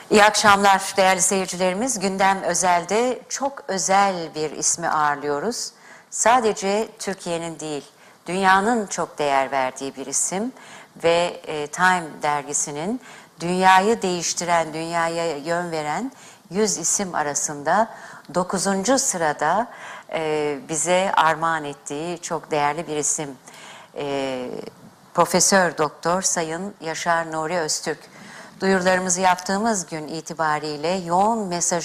İyi akşamlar değerli seyircilerimiz. Gündem Özel'de çok özel bir ismi ağırlıyoruz. Sadece Türkiye'nin değil, dünyanın çok değer verdiği bir isim ve Time dergisinin dünyayı değiştiren, dünyaya yön veren 100 isim arasında 9. sırada bize armağan ettiği çok değerli bir isim. Profesör Doktor Sayın Yaşar Nuri Öztürk. Duyurularımızı yaptığımız gün itibariyle yoğun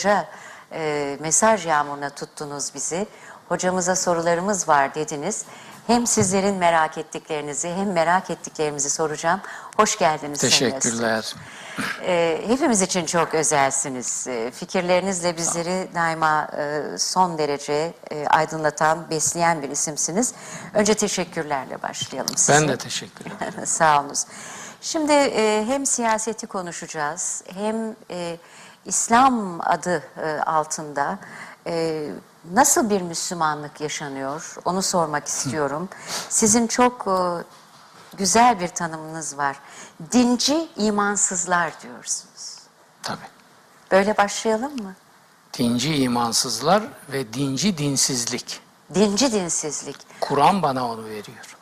mesaj yağmuruna tuttunuz bizi. Hocamıza sorularımız var dediniz. Hem sizlerin merak ettiklerinizi hem merak ettiklerimizi soracağım. Hoş geldiniz. Teşekkürler. Hepimiz için çok özelsiniz. Fikirlerinizle bizleri daima son derece aydınlatan, besleyen bir isimsiniz. Önce teşekkürlerle başlayalım size. Ben de teşekkür ederim. Sağ olunuz. Şimdi hem siyaseti konuşacağız, hem İslam adı altında nasıl bir Müslümanlık yaşanıyor onu sormak istiyorum. Sizin çok güzel bir tanımınız var. Dinci imansızlar diyorsunuz. Tabii. Böyle başlayalım mı? Dinci imansızlar ve dinci dinsizlik. Dinci dinsizlik. Kur'an bana onu veriyor.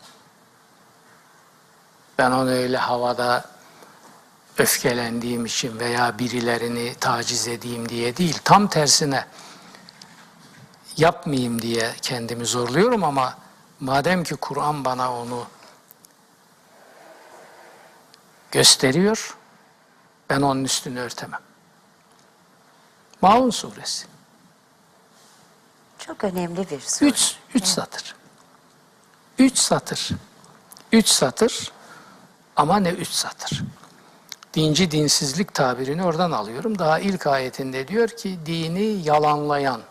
Ben onu öyle havada öfkelendiğim için veya birilerini taciz edeyim diye değil, tam tersine yapmayayım diye kendimi zorluyorum ama madem ki Kur'an bana onu gösteriyor, ben onun üstünü örtemem. Maun suresi. Çok önemli bir soru. Üç satır. 3 satır. 3 satır ama ne 3 satır. Dinci dinsizlik tabirini oradan alıyorum. Daha ilk ayetinde diyor ki dini yalanlayan,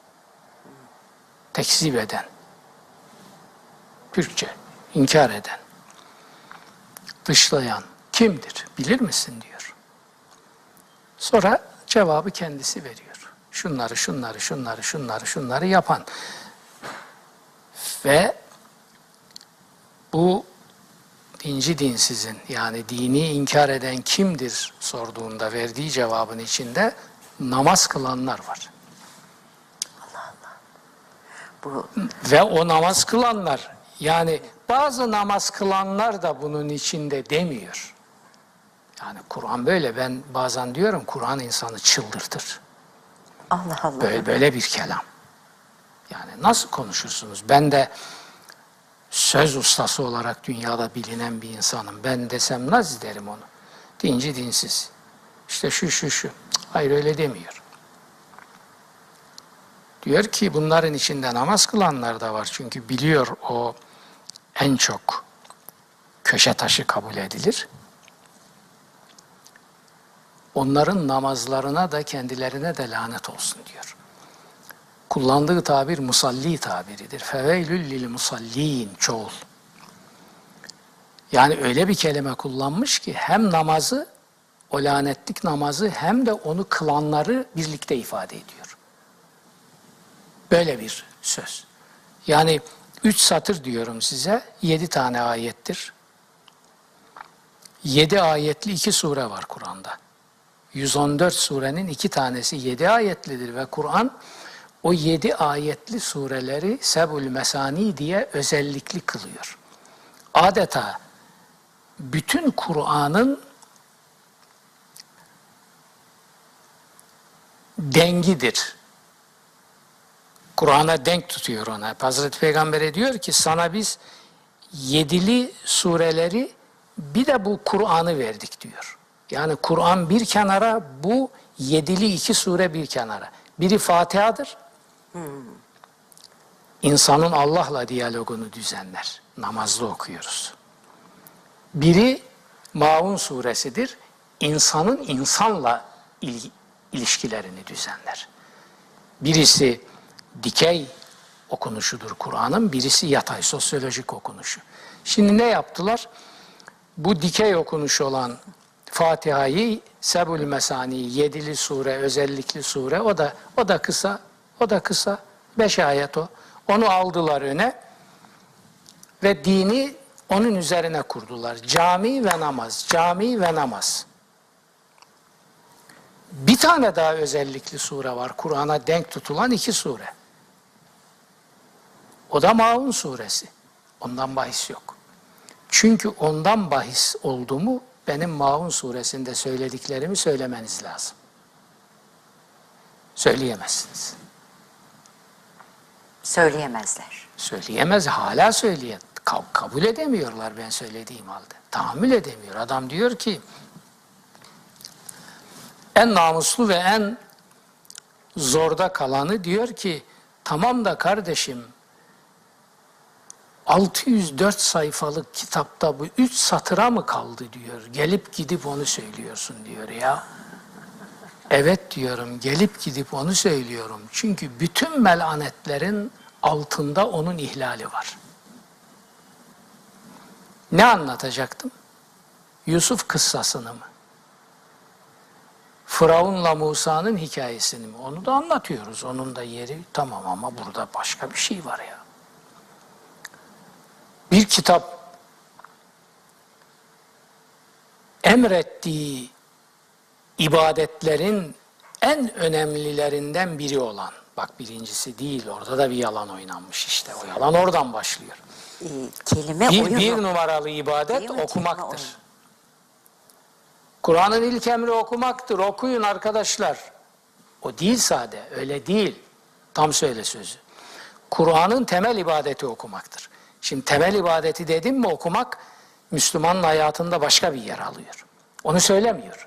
tekzip eden, Türkçe, inkar eden, dışlayan kimdir bilir misin diyor. Sonra cevabı kendisi veriyor. Şunları yapan. Ve bu dinci dinsizin yani dini inkar eden kimdir sorduğunda verdiği cevabın içinde namaz kılanlar var. Allah Allah. Bu... Ve o namaz kılanlar yani bazı namaz kılanlar da bunun içinde demiyor. Yani Kur'an böyle, ben bazen diyorum Kur'an insanı çıldırtır. Allah Allah. Böyle bir kelam. Yani nasıl konuşursunuz? Ben de söz ustası olarak dünyada bilinen bir insanım. Ben desem nasıl derim onu? Dinci dinsiz. İşte şu. Hayır öyle demiyor. Diyor ki bunların içinde namaz kılanlar da var. Çünkü biliyor o en çok köşe taşı kabul edilir. Onların namazlarına da kendilerine de lanet olsun diyor. Kullandığı tabir musalli tabiridir. Feveylül lil musallin çoğul. Yani öyle bir kelime kullanmış ki hem namazı, o lanetlik namazı hem de onu kılanları birlikte ifade ediyor. Böyle bir söz. Yani 3 satır diyorum size, 7 tane ayettir. 7 ayetli 2 sure var Kur'an'da. 114 surenin 2 tanesi 7 ayetlidir ve Kur'an o 7 ayetli sureleri Seb'ül Mesani diye özellikli kılıyor. Adeta bütün Kur'an'ın dengidir. Kur'an'a denk tutuyor ona. Hazreti Peygamber'e diyor ki sana biz 7'li sureleri bir de bu Kur'an'ı verdik diyor. Yani Kur'an bir kenara, bu 7'li 2 sure bir kenara. Biri Fatiha'dır. İnsanın Allah'la diyalogunu düzenler. Namazda okuyoruz. Biri Maun suresidir. İnsanın insanla ilişkilerini düzenler. Birisi dikey okunuşudur Kur'an'ın, birisi yatay sosyolojik okunuşu. Şimdi ne yaptılar? Bu dikey okunuşu olan Fatiha'yı, Seb'ül Mesani, 7'li sure, özellikli sure, o da kısa, 5 ayet o. Onu aldılar öne ve dini onun üzerine kurdular. Cami ve namaz, cami ve namaz. Bir tane daha özellikli sure var. Kur'an'a denk tutulan 2 sure. O da Maun suresi. Ondan bahis yok. Çünkü ondan bahis oldu mu benim Maun suresinde söylediklerimi söylemeniz lazım. Söyleyemezsiniz. Söyleyemezler. Söyleyemez, hala kabul edemiyorlar ben söylediğim halde. Tahammül edemiyor. Adam diyor ki en namuslu ve en zorda kalanı diyor ki tamam da kardeşim 604 sayfalık kitapta bu 3 satıra mı kaldı diyor. Gelip gidip onu söylüyorsun diyor ya. Evet diyorum, gelip gidip onu söylüyorum. Çünkü bütün melanetlerin altında onun ihlali var. Ne anlatacaktım? Yusuf kıssasını mı? Firavun'la Musa'nın hikayesini mi? Onu da anlatıyoruz. Onun da yeri tamam ama burada başka bir şey var ya. Bir kitap emrettiği ibadetlerin en önemlilerinden biri olan, bak birincisi değil, orada da bir yalan oynanmış işte. O yalan oradan başlıyor. Kelime oyunu. Bir numaralı ibadet okumaktır. Kur'an'ın ilk emri okumaktır. Okuyun arkadaşlar. O değil sade, öyle değil. Tam söyle sözü. Kur'an'ın temel ibadeti okumaktır. Şimdi temel ibadeti dedim mi okumak, Müslümanın hayatında başka bir yer alıyor. Onu söylemiyor.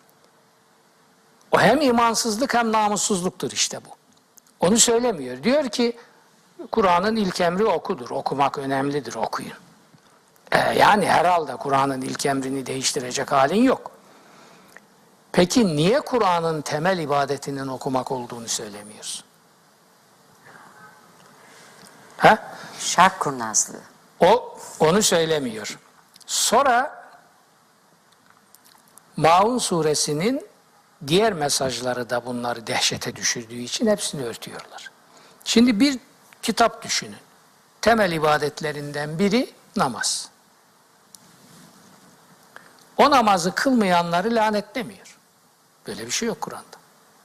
O hem imansızlık hem namussuzluktur işte bu. Onu söylemiyor. Diyor ki Kur'an'ın ilk emri okudur. Okumak önemlidir, okuyun. Yani herhalde Kur'an'ın ilk emrini değiştirecek halin yok. Peki niye Kur'an'ın temel ibadetinin okumak olduğunu söylemiyorsun? Ha? Şark kurnazlığı. Onu söylemiyor. Sonra Maun suresinin diğer mesajları da bunları dehşete düşürdüğü için hepsini örtüyorlar. Şimdi bir kitap düşünün. Temel ibadetlerinden biri namaz. O namazı kılmayanları lanetlemiyor. Böyle bir şey yok Kur'an'da.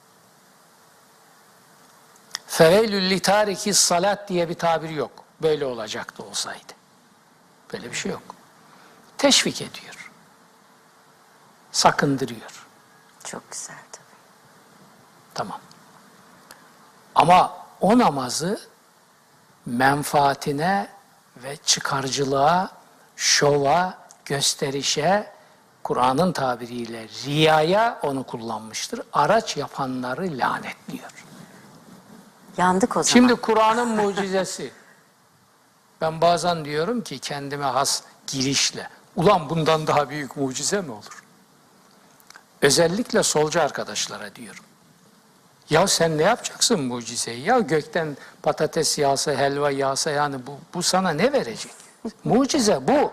Feveylül litariki salat diye bir tabir yok. Böyle olacaktı olsaydı. Böyle bir şey yok. Teşvik ediyor. Sakındırıyor. Çok güzel tabii. Tamam. Ama o namazı menfaatine ve çıkarcılığa, şova, gösterişe, Kur'an'ın tabiriyle riyaya onu kullanmıştır. Araç yapanları lanetliyor. Yandık o zaman. Şimdi Kur'an'ın mucizesi. Ben bazen diyorum ki kendime has girişle, ulan bundan daha büyük mucize mi olur? Özellikle solcu arkadaşlara diyorum. Ya sen ne yapacaksın mucizeyi? Ya gökten patates yağsa, helva yağsa yani bu sana ne verecek? Mucize bu.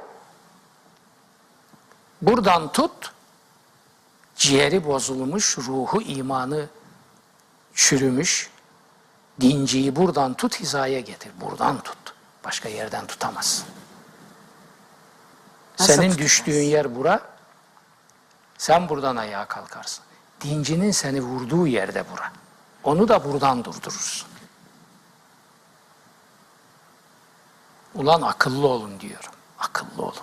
Buradan tut, ciğeri bozulmuş, ruhu imanı çürümüş, dinciyi buradan tut, hizaya getir. Buradan tut. Başka yerden tutamazsın. Nasıl Senin tutacağız? düştüğün yer bura, sen buradan ayağa kalkarsın. Dincinin seni vurduğu yerde bura. Onu da buradan durdurursun. Ulan akıllı olun diyorum. Akıllı olun.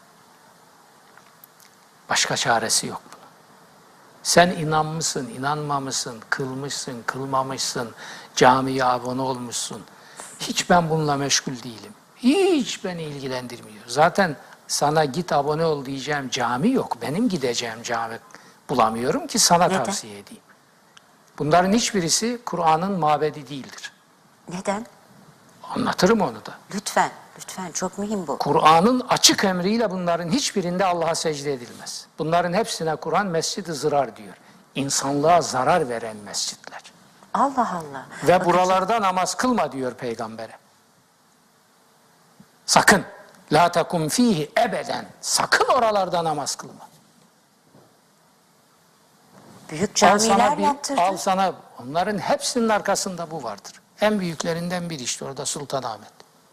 Başka çaresi yok bunun. Sen inanmışsın, inanmamışsın, kılmışsın, kılmamışsın, camiye abone olmuşsun. Hiç ben bununla meşgul değilim. Hiç beni ilgilendirmiyor. Zaten sana git abone ol diyeceğim cami yok. Benim gideceğim cami bulamıyorum ki sana Neden? tavsiye edeyim. Bunların hiçbirisi Kur'an'ın mabedi değildir. Neden? Anlatırım onu da. Lütfen, lütfen çok mühim bu. Kur'an'ın açık emriyle bunların hiçbirinde Allah'a secde edilmez. Bunların hepsine Kur'an mescid-i zırar diyor. İnsanlığa zarar veren mescitler. Allah Allah. Ve Bakın, buralarda namaz kılma diyor peygambere. Sakın. La takum fihi ebeden. Sakın oralarda namaz kılma. büyük Al camiler sana, yaptırdı. al sana, onların hepsinin arkasında bu vardır. En büyüklerinden biri işte orada Sultanahmet.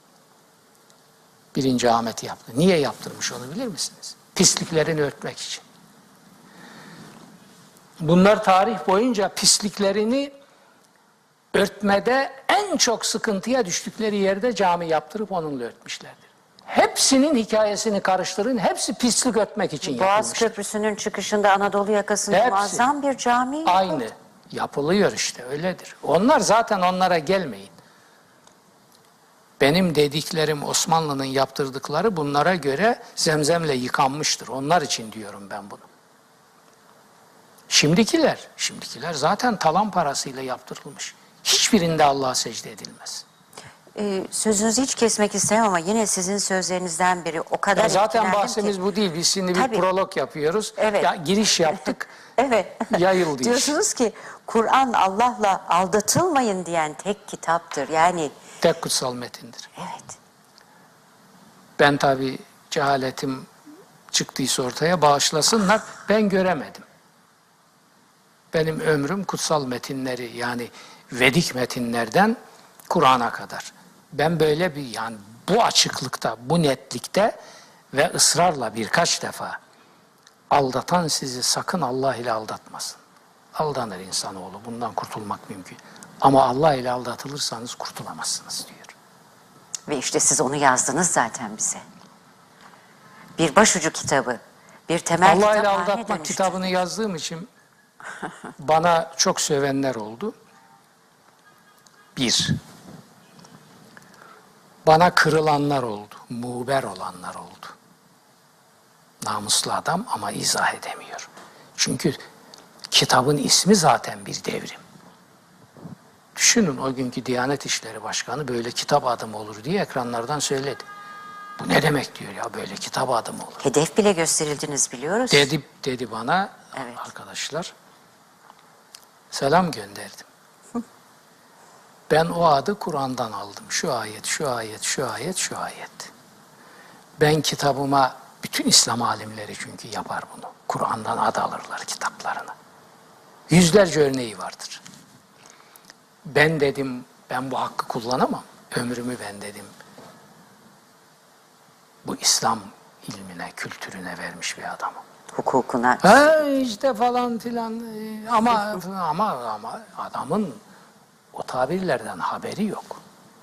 1. Ahmet yaptı. Niye yaptırmış onu bilir misiniz? Pisliklerini örtmek için. Bunlar tarih boyunca pisliklerini örtmede en çok sıkıntıya düştükleri yerde cami yaptırıp onunla örtmüşlerdir. Hepsinin hikayesini karıştırın, hepsi pislik örtmek için Boğaz yapılmıştır. Köprüsü'nün çıkışında Anadolu yakasında Hepsi. muazzam bir cami. Aynı. Yapılıyor işte, öyledir. Onlar zaten onlara gelmeyin. Benim dediklerim, Osmanlı'nın yaptırdıkları bunlara göre zemzemle yıkanmıştır. Onlar için diyorum ben bunu. Şimdikiler zaten talan parasıyla yaptırılmış. Hiçbirinde Allah'a secde edilmez. Sözünüzü hiç kesmek istemem ama yine sizin sözlerinizden biri o kadar Zaten etkilendim bahsimiz ki. bu değil. Biz şimdi Tabii. bir prolog yapıyoruz. Evet. Ya, giriş yaptık. Evet. Yayıldı iş. Diyorsunuz ki Kur'an Allah'la aldatılmayın diyen tek kitaptır. Yani Tek kutsal metindir. evet. Ben tabii cehaletim çıktıysa ortaya bağışlasınlar. Ben göremedim. Benim ömrüm kutsal metinleri, yani Vedik metinlerden Kur'an'a kadar. Ben böyle bir, yani bu açıklıkta, bu netlikte ve ısrarla birkaç defa aldatan sizi sakın Allah ile aldatmasın. Aldanır insanoğlu. Bundan kurtulmak mümkün. Ama Allah ile aldatılırsanız kurtulamazsınız diyor. Ve işte siz onu yazdınız zaten bize. Bir başucu kitabı, bir temel Allah kitap ile haline aldatmak dönüştü. kitabını yazdığım için bana çok sövenler oldu. Bir, bana kırılanlar oldu, muğber olanlar oldu. Namuslu adam ama izah edemiyor. Çünkü kitabın ismi zaten bir devrim. Düşünün, o günkü Diyanet İşleri Başkanı böyle kitap adımı olur diye ekranlardan söyledi. Bu ne demek diyor ya, böyle kitap adımı olur. Hedef bile gösterildiniz biliyoruz. Dedi bana, Evet. arkadaşlar, selam gönderdim. Ben o adı Kur'an'dan aldım. Şu ayet, şu ayet, şu ayet, şu ayet. Ben kitabıma, bütün İslam alimleri çünkü yapar bunu. Kur'an'dan ad alırlar kitaplarına. Yüzlerce örneği vardır. Ben dedim, ben bu hakkı kullanamam. Ömrümü ben dedim, bu İslam ilmine, kültürüne vermiş bir adamım. Hukukuna. İşte falan filan, ama adamın o tabirlerden haberi yok.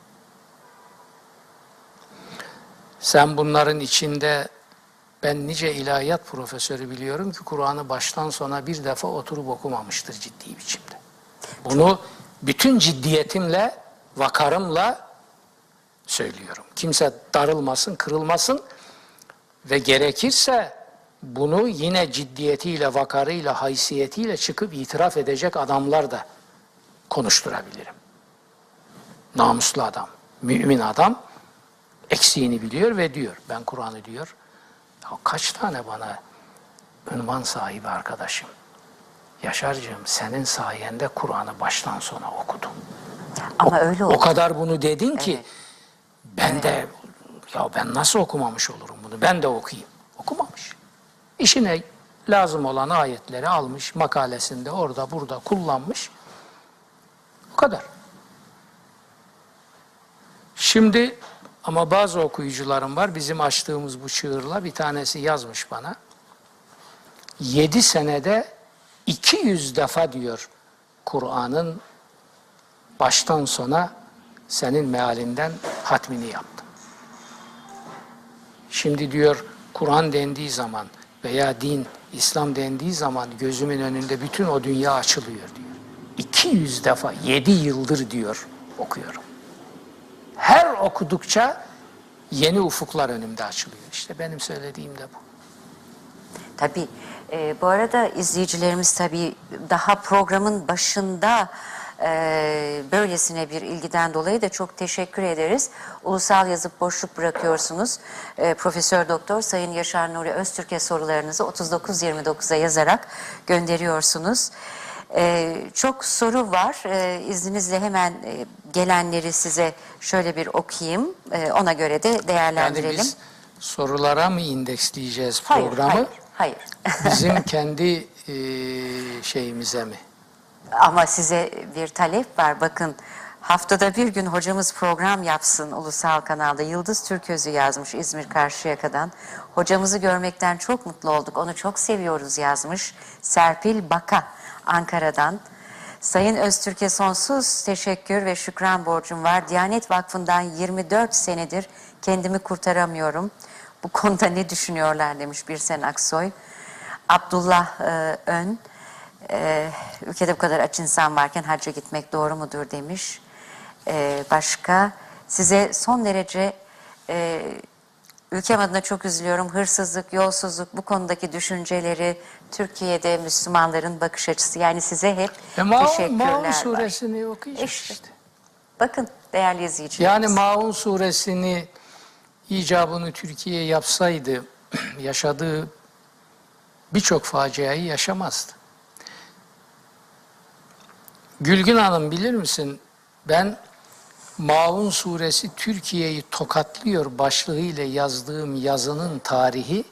Sen bunların içinde, ben nice ilahiyat profesörü biliyorum ki Kur'an'ı baştan sona bir defa oturup okumamıştır ciddi biçimde. Bunu bütün ciddiyetimle, vakarımla söylüyorum. Kimse darılmasın, kırılmasın ve gerekirse bunu yine ciddiyetiyle, vakarıyla, haysiyetiyle çıkıp itiraf edecek adamlar da konuşturabilirim. Namuslu adam, mümin adam eksiğini biliyor ve diyor, ben Kur'an'ı diyor, ya kaç tane bana ünvan sahibi arkadaşım, Yaşarcığım senin sayende Kur'an'ı baştan sona okudum. Ama öyle oldu. O kadar bunu dedin ki, Evet. ben de, ya ben nasıl okumamış olurum bunu, ben de okuyayım. Okumamış. İşine lazım olan ayetleri almış, makalesinde orada burada kullanmış. O kadar. Şimdi ama bazı okuyucularım var, bizim açtığımız bu çığırla bir tanesi yazmış bana. 7 senede 200 defa diyor Kur'an'ın baştan sona senin mealinden hatmini yaptım. Şimdi diyor Kur'an dendiği zaman veya din, İslam dendiği zaman gözümün önünde bütün o dünya açılıyor diyor. 200 defa 7 yıldır diyor okuyorum. Her okudukça yeni ufuklar önümde açılıyor. İşte benim söylediğim de bu. Tabii. Bu arada izleyicilerimiz tabii daha programın başında böylesine bir ilgiden dolayı da çok teşekkür ederiz. Ulusal yazıp boşluk bırakıyorsunuz. Profesör Doktor Sayın Yaşar Nuri Öztürk'e sorularınızı 3929'a yazarak gönderiyorsunuz. Çok soru var. İzninizle hemen gelenleri size şöyle bir okuyayım. Ona göre de değerlendirelim. Yani biz sorulara mı indeksleyeceğiz Hayır, programı? hayır. Bizim kendi şeyimize mi? Ama size bir talep var. Bakın haftada bir gün hocamız program yapsın ulusal kanalda. Yıldız Türközü yazmış İzmir Karşıyaka'dan. Hocamızı görmekten çok mutlu olduk. Onu çok seviyoruz yazmış. Serpil Baka. Ankara'dan. Sayın Öztürk'e sonsuz teşekkür ve şükran borcum var. Diyanet Vakfı'ndan 24 senedir kendimi kurtaramıyorum. Bu konuda ne düşünüyorlar demiş Birsen Aksoy. Abdullah Ön, ülkede bu kadar aç insan varken hacca gitmek doğru mudur demiş. Başka, size son derece ülkem adına çok üzülüyorum. Hırsızlık, yolsuzluk, bu konudaki düşünceleri, Türkiye'de Müslümanların bakış açısı. Yani size hep teşekkürler Maun var. suresini okuyacağız İşte. işte. Bakın değerli izleyicilerimiz. Yani Maun suresini icabını Türkiye yapsaydı yaşadığı birçok faciayı yaşamazdı. Gülgün Hanım, bilir misin, ben Maun suresi Türkiye'yi tokatlıyor başlığıyla yazdığım yazının tarihi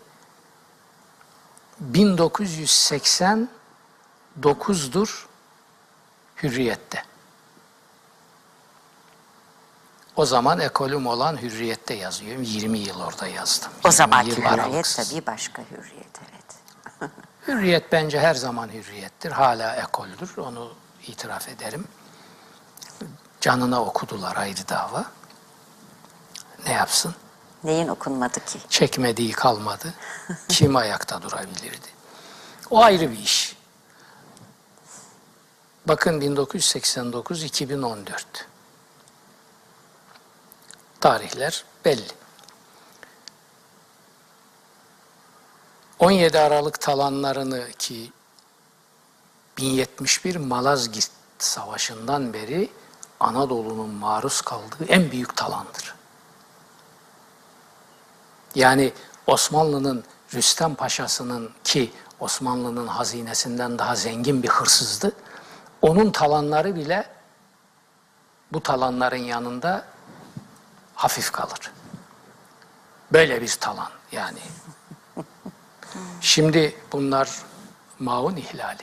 1989'dur Hürriyet'te. O zaman ekolüm olan Hürriyet'te yazıyorum. 20 yıl orada yazdım. O 20 zamanki yıl hürriyet aralıksız. tabii başka hürriyet, evet. Hürriyet bence her zaman hürriyettir. Hala ekoldür. Onu itiraf ederim. Canına okudular, ayrı dava. Ne yapsın? Neyin okunmadı ki? Çekmediği kalmadı. Kim ayakta durabilirdi? O ayrı bir iş. Bakın 1989-2014. Tarihler belli. 17 Aralık talanlarını, ki 1071 Malazgirt Savaşı'ndan beri Anadolu'nun maruz kaldığı en büyük talandır. Yani Osmanlı'nın, Rüstem Paşa'sının, ki Osmanlı'nın hazinesinden daha zengin bir hırsızdı, onun talanları bile bu talanların yanında hafif kalır. Böyle bir talan yani. Şimdi bunlar Maun ihlali.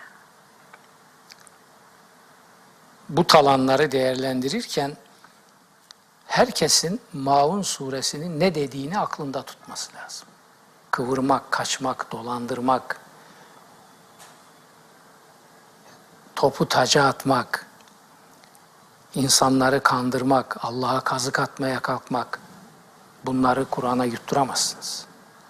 Bu talanları değerlendirirken herkesin Maun suresinin ne dediğini aklında tutması lazım. Kıvırmak, kaçmak, dolandırmak, topu taca atmak, insanları kandırmak, Allah'a kazık atmaya kalkmak, bunları Kur'an'a yutturamazsınız.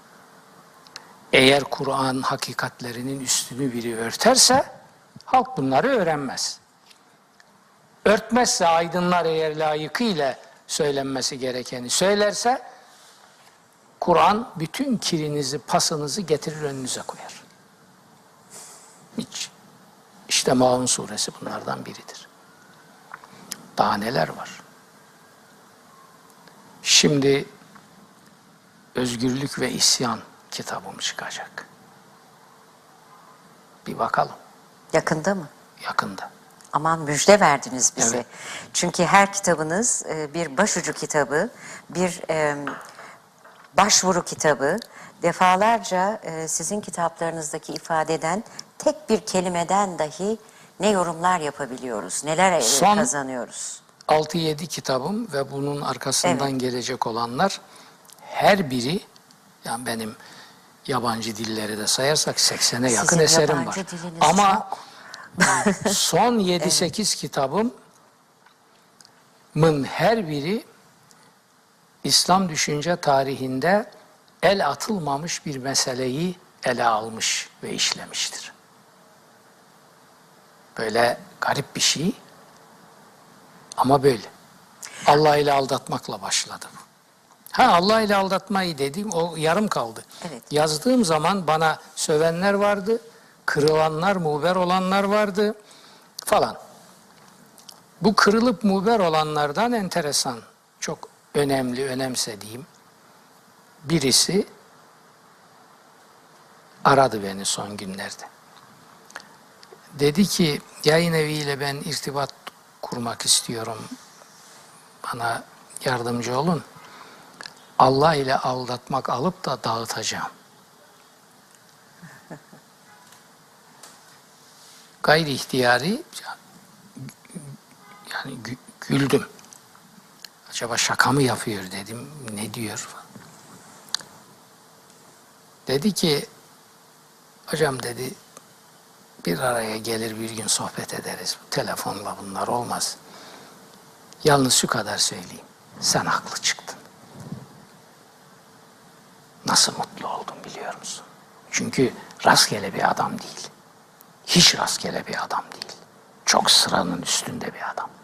Eğer Kur'an hakikatlerinin üstünü biri örterse halk bunları öğrenmez. Örtmezse, aydınlar eğer layıkıyla söylenmesi gerekeni söylerse, Kur'an bütün kirinizi, pasınızı getirir önünüze koyar. Hiç. İşte Maun suresi bunlardan biridir. Daha neler var? Şimdi Özgürlük ve İsyan kitabım çıkacak. Bir bakalım. Yakında mı? Yakında. Aman müjde verdiniz bize. Evet. Çünkü her kitabınız bir başucu kitabı, bir başvuru kitabı. Defalarca sizin kitaplarınızdaki ifadeden tek bir kelimeden dahi ne yorumlar yapabiliyoruz, neler Son kazanıyoruz. 6-7 kitabım ve bunun arkasından Evet. gelecek olanlar, her biri, yani benim yabancı dilleri de sayarsak 80'e yakın Sizin eserim yabancı var. diliniz Ama çok. son 7-8 kitabımın her biri İslam düşünce tarihinde el atılmamış bir meseleyi ele almış ve işlemiştir. Böyle garip bir şey ama böyle. Allah ile aldatmakla başladı bu. Allah ile aldatmayı dediğim o yarım kaldı. Evet. Yazdığım zaman bana sövenler vardı, kırılanlar, muber olanlar vardı falan. Bu kırılıp muber olanlardan enteresan, çok önemli, önemsediğim birisi aradı beni son günlerde. Dedi ki, yayın eviyle ben irtibat kurmak istiyorum, bana yardımcı olun. Allah ile aldatmak alıp da dağıtacağım. Gayri ihtiyari yani güldüm. Acaba şaka mı yapıyor dedim. Ne diyor? Dedi ki, hocam dedi, Bir araya gelir bir gün sohbet ederiz. Telefonla bunlar olmaz. Yalnız şu kadar söyleyeyim. Sen haklı çıktın. Nasıl mutlu oldum biliyor musun? Çünkü rastgele bir adam değil. Hiç rastgele bir adam değil. Çok sıranın üstünde bir adam.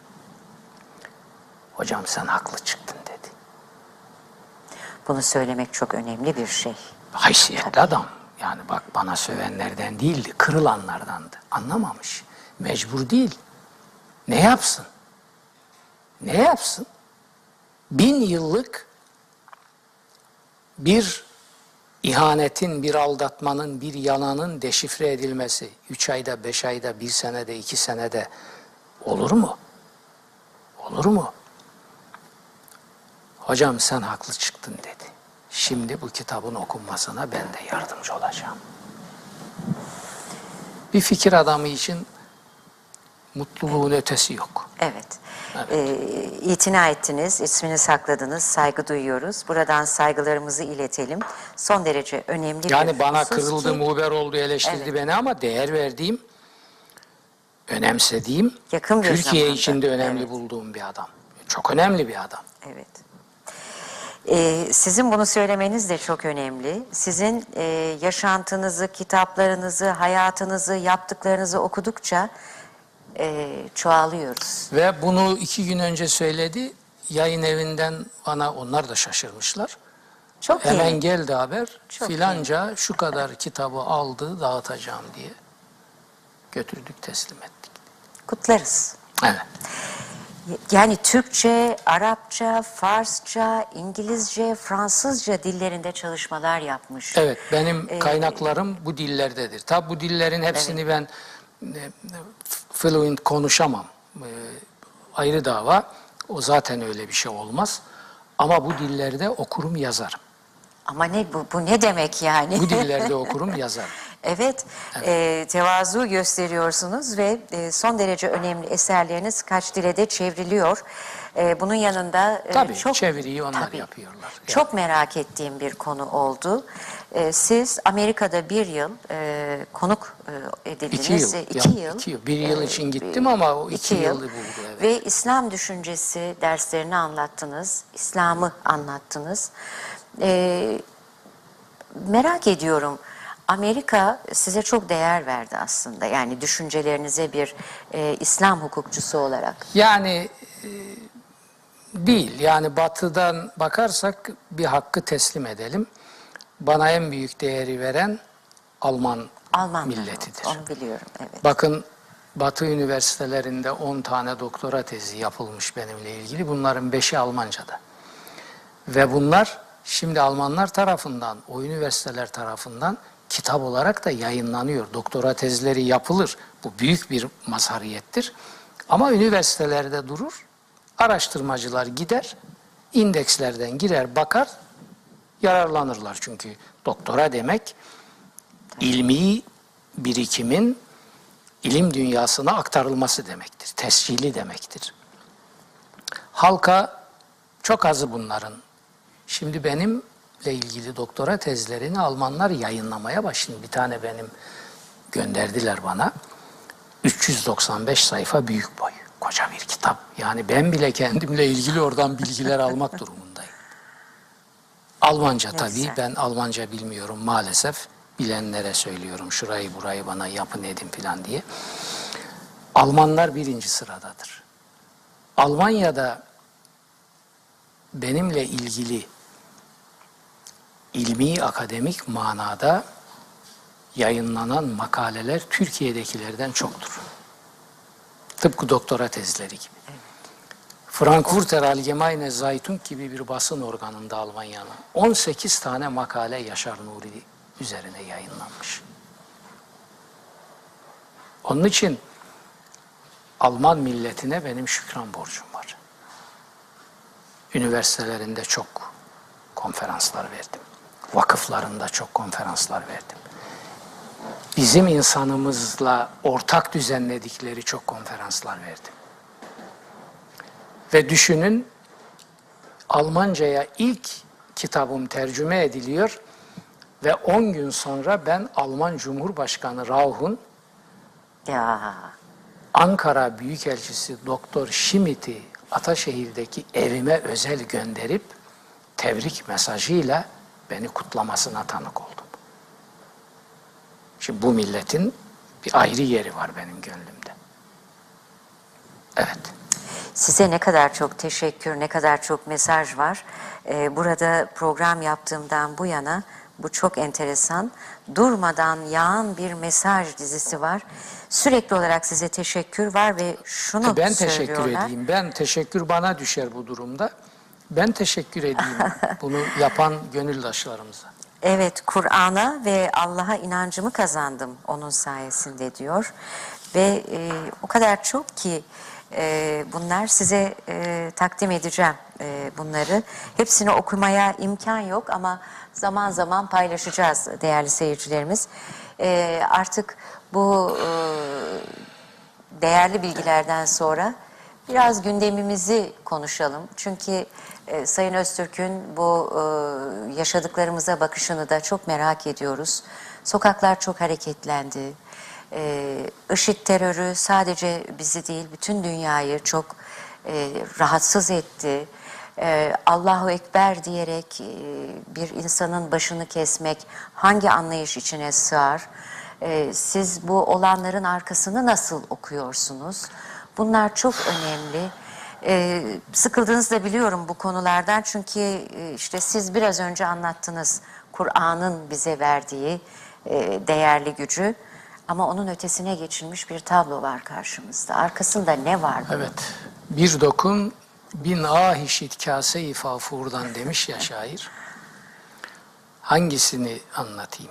Hocam sen haklı çıktın dedi. Bunu söylemek çok önemli bir şey. Haysiyetli adam. Yani bak bana sövenlerden değildi, kırılanlardandı. Anlamamış. Mecbur değil. Ne yapsın? Ne yapsın? 1000 yıllık bir ihanetin, bir aldatmanın, bir yalanın deşifre edilmesi 3 ayda, 5 ayda, 1 senede, 2 senede olur mu? Olur mu? Hocam sen haklı çıktın dedi. Şimdi bu kitabın okunmasına ben de yardımcı olacağım. Bir fikir adamı için mutluluğun ötesi yok. Evet. İtina ettiniz, ismini sakladınız, saygı duyuyoruz. Buradan saygılarımızı iletelim. Son derece önemli Yani bir bana husus kırıldı, ki, muğber oldu, eleştirdi Evet. beni ama değer verdiğim, önemsediğim, Yakın bir Türkiye zamanda, içinde önemli evet. bulduğum bir adam. Çok önemli bir adam. Evet. Sizin bunu söylemeniz de çok önemli. Sizin yaşantınızı, kitaplarınızı, hayatınızı, yaptıklarınızı okudukça çoğalıyoruz. Ve bunu 2 gün önce söyledi. Yayın evinden bana, onlar da şaşırmışlar. Çok Hemen iyi. geldi haber. Çok Filanca şu kadar kitabı aldı, dağıtacağım diye. Götürdük, teslim ettik. Kutlarız. Evet. Yani Türkçe, Arapça, Farsça, İngilizce, Fransızca dillerinde çalışmalar yapmış. Evet, benim kaynaklarım bu dillerdedir. Tabi bu dillerin hepsini ben fluent konuşamam. Ayrı dava. O zaten öyle bir şey olmaz. Ama bu dillerde okurum, yazarım. Ama bu ne demek yani? Bu dillerde okurum, yazarım. Evet, tevazu gösteriyorsunuz ve son derece önemli eserleriniz kaç dile de çevriliyor. Bunun yanında Tabii çok çeviriyi onlar tabii, yapıyorlar. çok merak ettiğim bir konu oldu. Siz Amerika'da 1 yıl konuk edildiniz. 2 yıl. 2 yıl. 1 yıl için gittim ama o 2 yılı buldu. Evet. Ve İslam düşüncesi derslerini anlattınız. İslam'ı anlattınız. Merak ediyorum. Amerika size çok değer verdi aslında. Yani düşüncelerinize bir İslam hukukçusu olarak. Yani değil. Yani batıdan bakarsak bir hakkı teslim edelim. Bana en büyük değeri veren Alman milletidir. Onu biliyorum. Evet. Bakın Batı üniversitelerinde 10 tane doktora tezi yapılmış benimle ilgili. Bunların 5'i Almanca'da. Ve bunlar şimdi Almanlar tarafından, o üniversiteler tarafından kitap olarak da yayınlanıyor. Doktora tezleri yapılır. Bu büyük bir mazhariyettir. Ama üniversitelerde durur. Araştırmacılar gider, indekslerden girer, bakar, yararlanırlar. Çünkü doktora demek ilmi birikimin ilim dünyasına aktarılması demektir. Tescili demektir. Halka çok azı bunların. Şimdi benimle ilgili doktora tezlerini Almanlar yayınlamaya başladı. Bir tane benim gönderdiler bana. 395 sayfa büyük boy. Koca bir kitap. Yani ben bile kendimle ilgili oradan bilgiler almak durumundayım. Almanca tabii. Ben Almanca bilmiyorum maalesef. Bilenlere söylüyorum. Şurayı burayı bana yapın edin falan diye. Almanlar 1. sıradadır. Almanya'da benimle ilgili ilmi akademik manada yayınlanan makaleler Türkiye'dekilerden çoktur. Tıpkı doktora tezleri gibi. Frankfurter Allgemeine Zeitung gibi bir basın organında Almanya'nın 18 tane makale Yaşar Nuri üzerine yayınlanmış. Onun için Alman milletine benim şükran borcum var. Üniversitelerinde çok konferanslar verdim. Vakıflarında çok konferanslar verdim. Bizim insanımızla ortak düzenledikleri çok konferanslar verdim. Ve düşünün, Almanca'ya ilk kitabım tercüme ediliyor ve 10 gün sonra ben Alman Cumhurbaşkanı Rauch'un Ya Ankara Büyükelçisi Doktor Şimit'i Ataşehir'deki evime özel gönderip tebrik mesajıyla beni kutlamasına tanık oldum. Şimdi bu milletin bir ayrı yeri var benim gönlümde. Evet. size ne kadar çok teşekkür, ne kadar çok mesaj var. Burada program yaptığımdan bu yana bu çok enteresan. Durmadan yağan bir mesaj dizisi var. Sürekli olarak size teşekkür var ve şunu Ben teşekkür söylüyorlar. edeyim. Ben teşekkür bana düşer bu durumda. Ben teşekkür edeyim bunu yapan gönüldaşlarımıza. Evet, Kur'an'a ve Allah'a inancımı kazandım onun sayesinde diyor. Ve o kadar çok ki bunlar size takdim edeceğim bunları. Hepsini okumaya imkan yok ama zaman zaman paylaşacağız değerli seyircilerimiz. Artık bu değerli bilgilerden sonra biraz gündemimizi konuşalım. Çünkü Sayın Öztürk'ün bu yaşadıklarımıza bakışını da çok merak ediyoruz. Sokaklar çok hareketlendi. IŞİD terörü sadece bizi değil, bütün dünyayı çok rahatsız etti. Allahu Ekber diyerek bir insanın başını kesmek hangi anlayış içine sığar? Siz bu olanların arkasını nasıl okuyorsunuz? Bunlar çok önemli. Sıkıldığınızı da biliyorum bu konulardan çünkü işte siz biraz önce anlattınız Kur'an'ın bize verdiği değerli gücü ama onun ötesine geçilmiş bir tablo var karşımızda. Arkasında ne var bunun? Evet. Bir dokun bin ah işit kase-i fafurdan demiş ya şair. Hangisini anlatayım?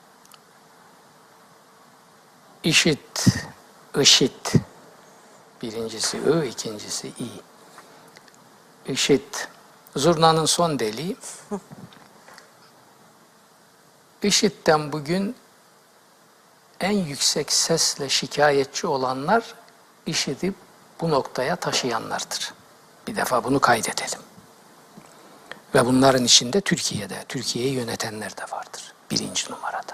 İşit, IŞİD. Birincisi I, ikincisi İ. IŞİD, zurnanın son deliği. IŞİD'den bugün en yüksek sesle şikayetçi olanlar IŞİD'i bu noktaya taşıyanlardır. Bir defa bunu kaydedelim. Ve bunların içinde Türkiye'de, Türkiye'yi yönetenler de vardır. Birinci numarada.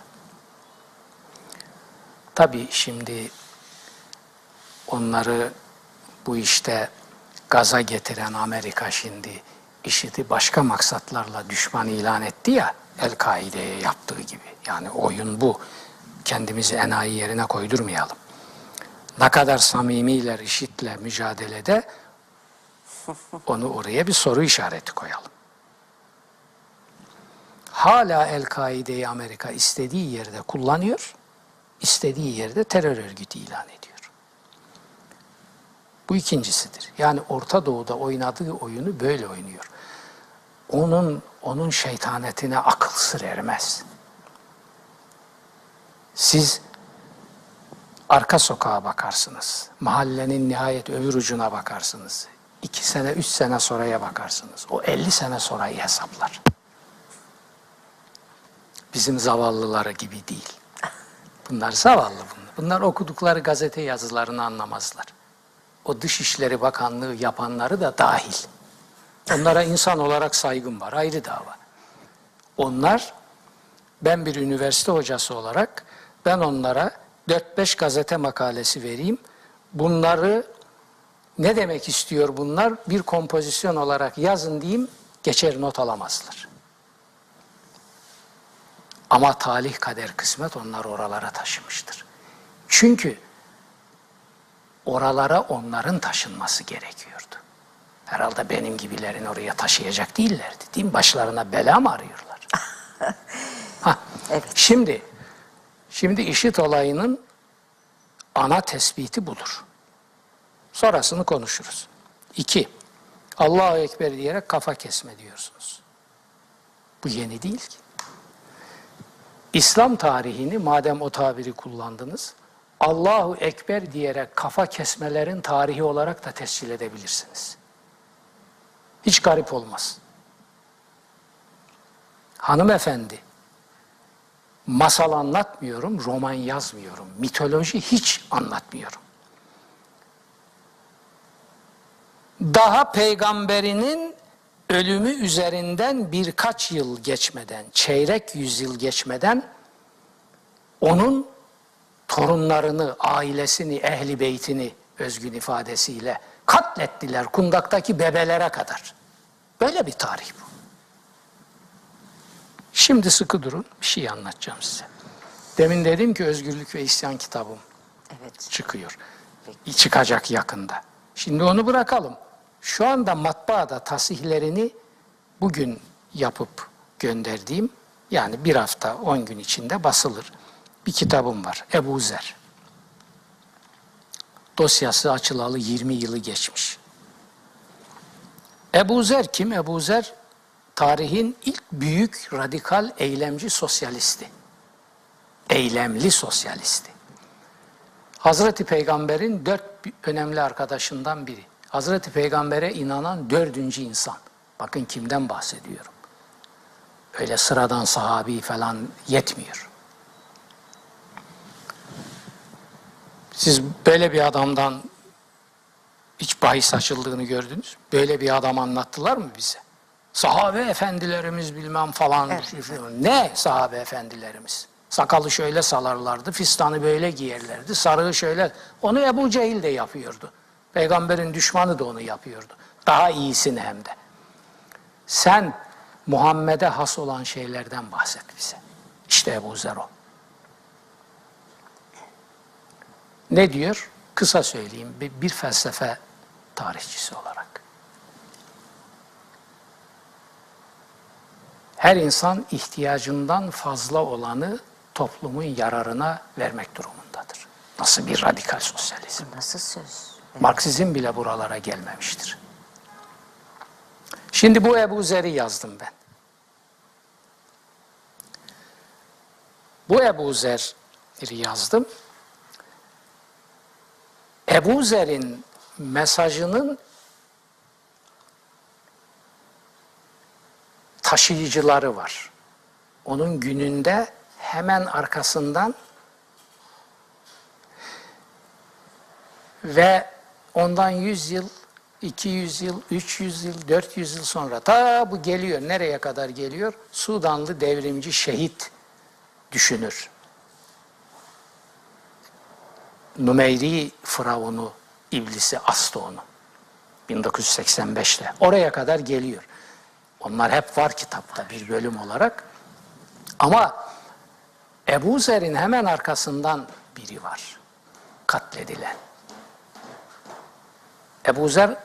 Tabii şimdi onları bu işte gaza getiren Amerika şimdi IŞİD'i başka maksatlarla düşman ilan etti ya, El-Kaide'ye yaptığı gibi. Yani oyun bu. Kendimizi enayi yerine koydurmayalım. Ne kadar samimiler IŞİD'le mücadelede onu oraya bir soru işareti koyalım. Hala El-Kaide'yi Amerika istediği yerde kullanıyor, istediği yerde terör örgütü ilan ediyor. Bu ikincisidir. Yani Orta Doğu'da oynadığı oyunu böyle oynuyor. Onun şeytanetine akıl sır ermez. Siz arka sokağa bakarsınız. Mahallenin nihayet öbür ucuna bakarsınız. 2 sene, 3 sene sonraya bakarsınız. O 50 sene sonrayı hesaplar. Bizim zavallıları gibi değil. Bunlar zavallı bunlar. Bunlar okudukları gazete yazılarını anlamazlar. O Dışişleri Bakanlığı yapanları da dahil. Onlara insan olarak saygım var, ayrı dava. Onlar, ben bir üniversite hocası olarak, ben onlara 4-5 gazete makalesi vereyim. Bunları ne demek istiyor bunlar? Bir kompozisyon olarak yazın diyeyim, geçer not alamazlar. Ama talih kader kısmet onları oralara taşımıştır. Çünkü oralara onların taşınması gerekiyordu. Herhalde benim gibilerin oraya taşıyacak değillerdi. Değil mi? Başlarına bela mı arıyorlar? Evet. Şimdi IŞİD olayının ana tespiti budur. Sonrasını konuşuruz. 2. Allahu Ekber diyerek kafa kesme diyorsunuz. Bu yeni değil ki. İslam tarihini madem o tabiri kullandınız, Allahu Ekber diyerek kafa kesmelerin tarihi olarak da tescil edebilirsiniz. Hiç garip olmaz. Hanımefendi, masal anlatmıyorum, roman yazmıyorum, mitoloji hiç anlatmıyorum. Daha peygamberinin ölümü üzerinden birkaç yıl geçmeden, çeyrek yüzyıl geçmeden onun torunlarını, ailesini, ehli beytini özgün ifadesiyle katlettiler kundaktaki bebelere kadar. Böyle bir tarih bu. Şimdi sıkı durun, bir şey anlatacağım size. Demin dedim ki Özgürlük ve İsyan kitabım Evet. çıkıyor. Çıkacak yakında. Şimdi onu bırakalım. Şu anda matbaada tasihlerini bugün yapıp gönderdiğim, yani bir hafta 10 gün içinde basılır bir kitabım var. Ebu Zer. Dosyası açılalı 20 yılı geçmiş. Ebu Zer kim? Ebu Zer tarihin ilk büyük radikal eylemci sosyalisti. Eylemli sosyalisti. Hazreti Peygamber'in 4 önemli arkadaşından biri. Hazreti Peygamber'e inanan 4. insan. Bakın kimden bahsediyorum. Öyle sıradan sahabi falan yetmiyor. Siz böyle bir adamdan hiç bahis açıldığını gördünüz. Böyle bir adam anlattılar mı bize? Sahabe efendilerimiz bilmem falan. Evet. Ne sahabe efendilerimiz? Sakalı şöyle salarlardı, fistanı böyle giyerlerdi, sarığı şöyle. Onu Ebu Cehil de yapıyordu. Peygamberin düşmanı da onu yapıyordu. Daha iyisini hem de. Sen Muhammed'e has olan şeylerden bahset bize. İşte Ebu Zer o. Ne diyor? Kısa söyleyeyim bir felsefe tarihçisi olarak. Her insan ihtiyacından fazla olanı toplumun yararına vermek durumundadır. Nasıl bir radikal sosyalizm? Nasıl söz? Evet. Marksizm bile buralara gelmemiştir. Şimdi bu Ebu Zer'i yazdım ben. Bu Ebu Zer'i yazdım. Ebu Zer'in mesajının taşıyıcıları var. Onun gününde hemen arkasından ve ondan 100 yıl, 200 yıl, 300 yıl, 400 yıl sonra ta bu geliyor. Nereye kadar geliyor? Sudanlı devrimci şehit düşünür. Numeyri Firavunu, iblisi astı onu. 1985'te. Oraya kadar geliyor. Onlar hep var kitapta bir bölüm olarak. Ama Ebu Zer'in hemen arkasından biri var. Katledilen. Ebu Zer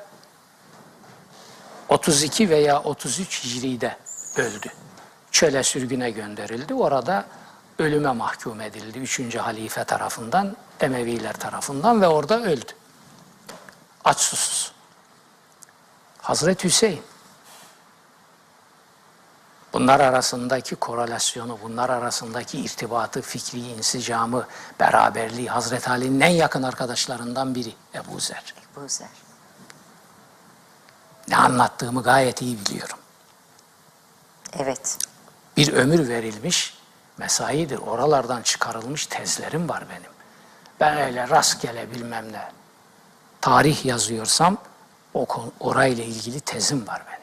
32 veya 33 Hicri'de öldü. Çöle sürgüne gönderildi. Orada ölüme mahkum edildi. 3. halife tarafından, Emeviler tarafından ve orada öldü. Aç susuz. Hazreti Hüseyin. Bunlar arasındaki korelasyonu, bunlar arasındaki irtibatı, fikri insicamı, beraberliği Hazreti Ali'nin en yakın arkadaşlarından biri Ebu Zer. Ebu Zer. Ne anlattığımı gayet iyi biliyorum. Evet. Bir ömür verilmiş mesaidir. Oralardan çıkarılmış tezlerim var benim. Ben öyle rastgele bilmem ne tarih yazıyorsam orayla ilgili tezim var benim.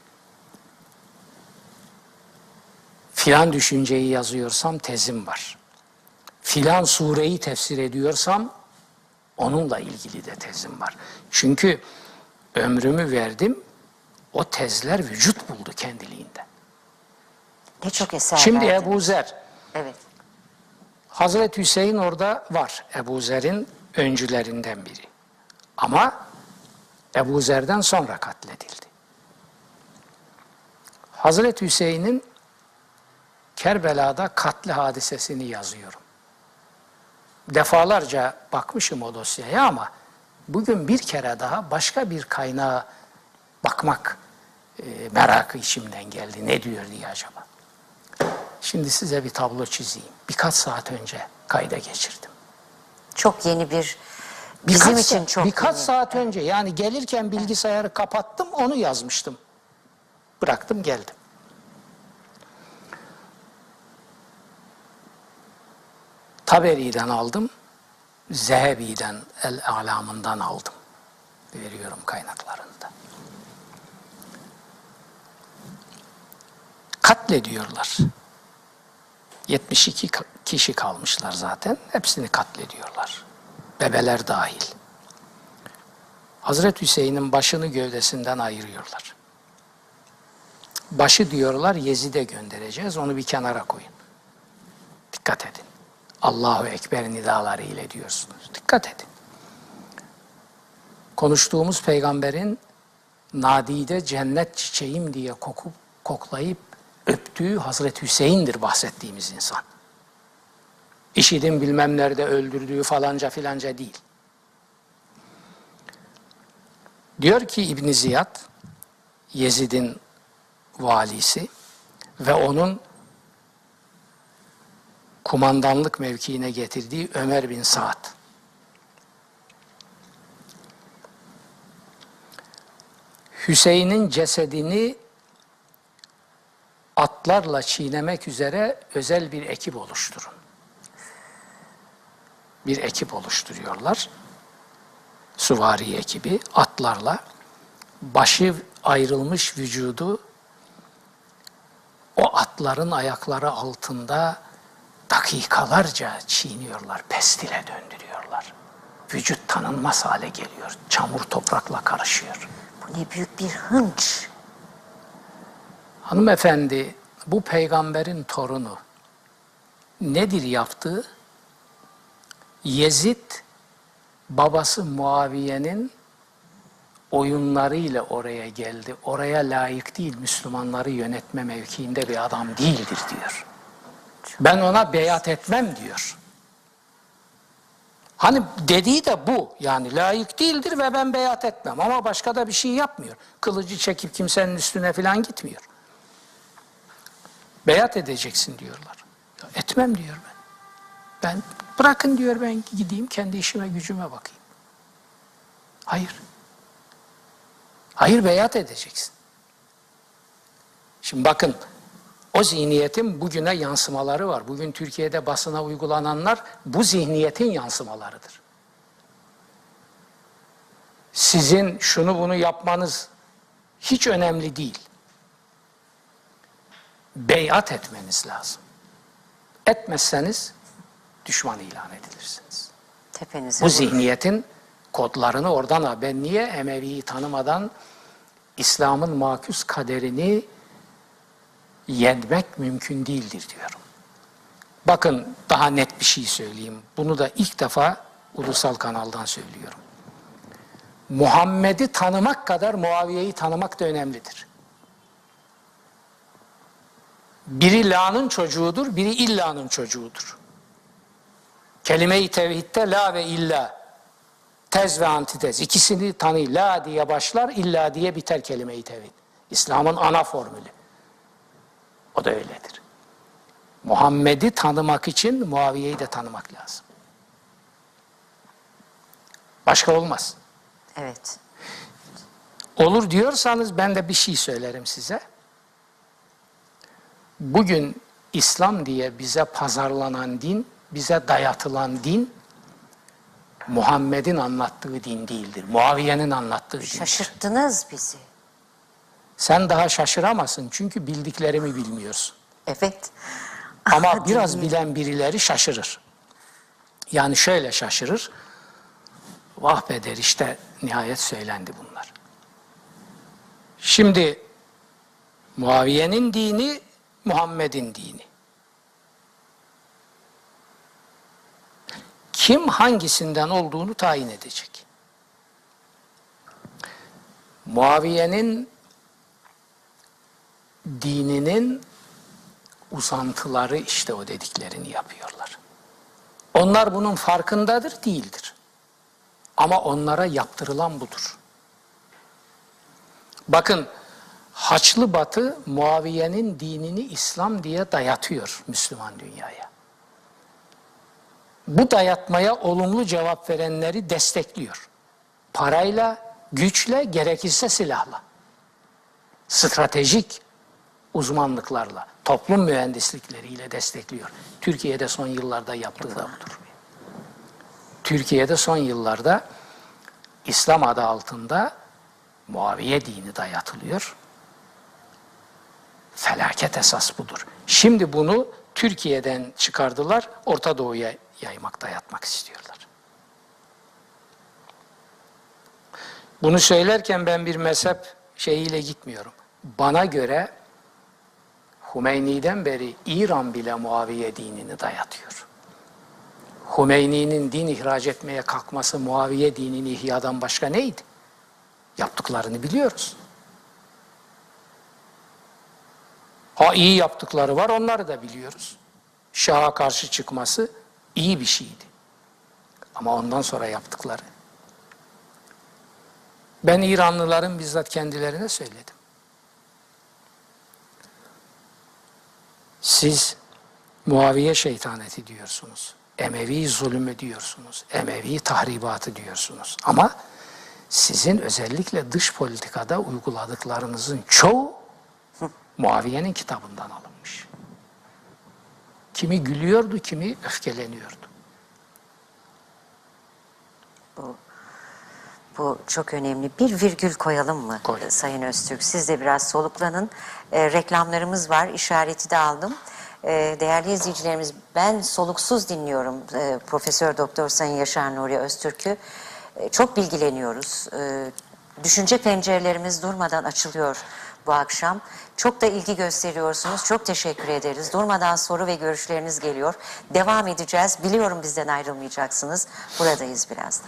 Filan düşünceyi yazıyorsam tezim var. Filan sureyi tefsir ediyorsam onunla ilgili de tezim var. Çünkü ömrümü verdim, o tezler vücut buldu kendiliğinden. Ne çok eser Şimdi verdin. Ebu Zer, Evet. Hazreti Hüseyin orada var. Ebu Zer'in öncülerinden biri. Ama Ebu Zer'den sonra katledildi. Hazreti Hüseyin'in Kerbela'da katli hadisesini yazıyorum. Defalarca bakmışım o dosyaya ama bugün bir kere daha başka bir kaynağa bakmak merakı içimden geldi. Ne diyor diye acaba? Şimdi size bir tablo çizeyim. Birkaç saat önce kayda geçirdim. Çok yeni bir, bizim için çok birkaç yeni. saat önce, yani gelirken bilgisayarı kapattım, onu yazmıştım. Bıraktım geldim. Taberi'den aldım, Zehebi'den, El-Alam'ından aldım. Veriyorum kaynaklarında. Katlediyorlar. 72 kişi kalmışlar zaten. Hepsini katlediyorlar. Bebeler dahil. Hazreti Hüseyin'in başını gövdesinden ayırıyorlar. Başı diyorlar Yezid'e göndereceğiz, onu bir kenara koyun. Dikkat edin. Allahu Ekber nidaları ile diyorsunuz. Dikkat edin. Konuştuğumuz peygamberin nadide cennet çiçeğim diye koklayıp öptüğü Hazreti Hüseyin'dir bahsettiğimiz insan. IŞİD'in bilmem nerede öldürdüğü falanca filanca değil. Diyor ki İbn Ziyad, Yezid'in valisi ve onun kumandanlık mevkiine getirdiği Ömer bin Sa'd. Hüseyin'in cesedini atlarla çiğnemek üzere özel bir ekip oluşturun. Bir ekip oluşturuyorlar. Süvari ekibi atlarla başı ayrılmış vücudu o atların ayakları altında dakikalarca çiğniyorlar, pestile döndürüyorlar. Vücut tanınmaz hale geliyor, çamur toprakla karışıyor. Bu ne büyük bir hınç. Hanımefendi, bu peygamberin torunu nedir yaptığı? Yezid, babası Muaviye'nin oyunlarıyla oraya geldi. Oraya layık değil, Müslümanları yönetme mevkiinde bir adam değildir diyor. Ben ona beyat etmem diyor. Hani dediği de bu. Yani layık değildir ve ben beyat etmem. Ama başka da bir şey yapmıyor. Kılıcı çekip kimsenin üstüne falan gitmiyor. Beyat edeceksin diyorlar. Ya etmem diyor ben. Ben bırakın diyor, ben gideyim kendi işime gücüme bakayım. Hayır. Hayır, beyat edeceksin. Şimdi bakın, o zihniyetin bugüne yansımaları var. Bugün Türkiye'de basına uygulananlar bu zihniyetin yansımalarıdır. Sizin şunu bunu yapmanız hiç önemli değil. Beyat etmeniz lazım. Etmezseniz düşman ilan edilirsiniz. Tepenize Bu vurur. zihniyetin kodlarını oradan al. Ben niye Emevi'yi tanımadan İslam'ın makûs kaderini yenmek mümkün değildir diyorum. Bakın daha net bir şey söyleyeyim. Bunu da ilk defa ulusal kanaldan söylüyorum. Muhammed'i tanımak kadar Muaviye'yi tanımak da önemlidir. Biri la'nın çocuğudur, biri illa'nın çocuğudur. Kelime-i tevhidde la ve illa, tez ve antitez. İkisini tanıyın. La diye başlar, illa diye biter kelime-i tevhid. İslam'ın ana formülü. O da öyledir. Muhammed'i tanımak için Muaviye'yi de tanımak lazım. Başka olmaz. Evet. Olur diyorsanız ben de bir şey söylerim size. Bugün İslam diye bize pazarlanan din, bize dayatılan din, Muhammed'in anlattığı din değildir. Muaviye'nin anlattığı dindir. Şaşırttınız bizi. Sen daha şaşıramazsın çünkü bildiklerimi bilmiyorsun. Evet. Ama biraz bilen birileri şaşırır. Yani şöyle şaşırır. Vah be der, işte nihayet söylendi bunlar. Şimdi Muaviye'nin dini, Muhammed'in dini. Kim hangisinden olduğunu tayin edecek. Muaviye'nin dininin uzantıları işte o dediklerini yapıyorlar. Onlar bunun farkındadır, değildir. Ama onlara yaptırılan budur. Bakın, Haçlı Batı Muaviye'nin dinini İslam diye dayatıyor Müslüman dünyaya. Bu dayatmaya olumlu cevap verenleri destekliyor. Parayla, güçle, gerekirse silahla. Stratejik uzmanlıklarla, toplum mühendislikleriyle destekliyor. Türkiye'de son yıllarda yaptığı da budur. Türkiye'de son yıllarda İslam adı altında Muaviye dini dayatılıyor. Felaket esas budur. Şimdi bunu Türkiye'den çıkardılar, Orta Doğu'ya yaymak, dayatmak istiyorlar. Bunu söylerken ben bir mezhep şeyiyle gitmiyorum. Bana göre Hümeyni'den beri İran bile Muaviye dinini dayatıyor. Hümeyni'nin din ihraç etmeye kalkması Muaviye dinini ihyadan başka neydi? Yaptıklarını biliyoruz. Ha iyi yaptıkları var, onları da biliyoruz. Şah'a karşı çıkması iyi bir şeydi. Ama ondan sonra yaptıkları. Ben İranlıların bizzat kendilerine söyledim. Siz Muaviye şeytaneti diyorsunuz. Emevi zulmü diyorsunuz. Emevi tahribatı diyorsunuz. Ama sizin özellikle dış politikada uyguladıklarınızın çoğu Muaviye'nin kitabından alınmış. Kimi gülüyordu, kimi öfkeleniyordu. Bu çok önemli. Bir virgül koyalım mı Koy. Sayın Öztürk? Siz de biraz soluklanın. Reklamlarımız var, işareti de aldım. Değerli izleyicilerimiz, ben soluksuz dinliyorum Profesör Doktor Sayın Yaşar Nuri Öztürk'ü. Çok bilgileniyoruz. Düşünce pencerelerimiz durmadan açılıyor bu akşam. Çok da ilgi gösteriyorsunuz. Çok teşekkür ederiz. Durmadan soru ve görüşleriniz geliyor. Devam edeceğiz. Biliyorum bizden ayrılmayacaksınız. Buradayız birazdan.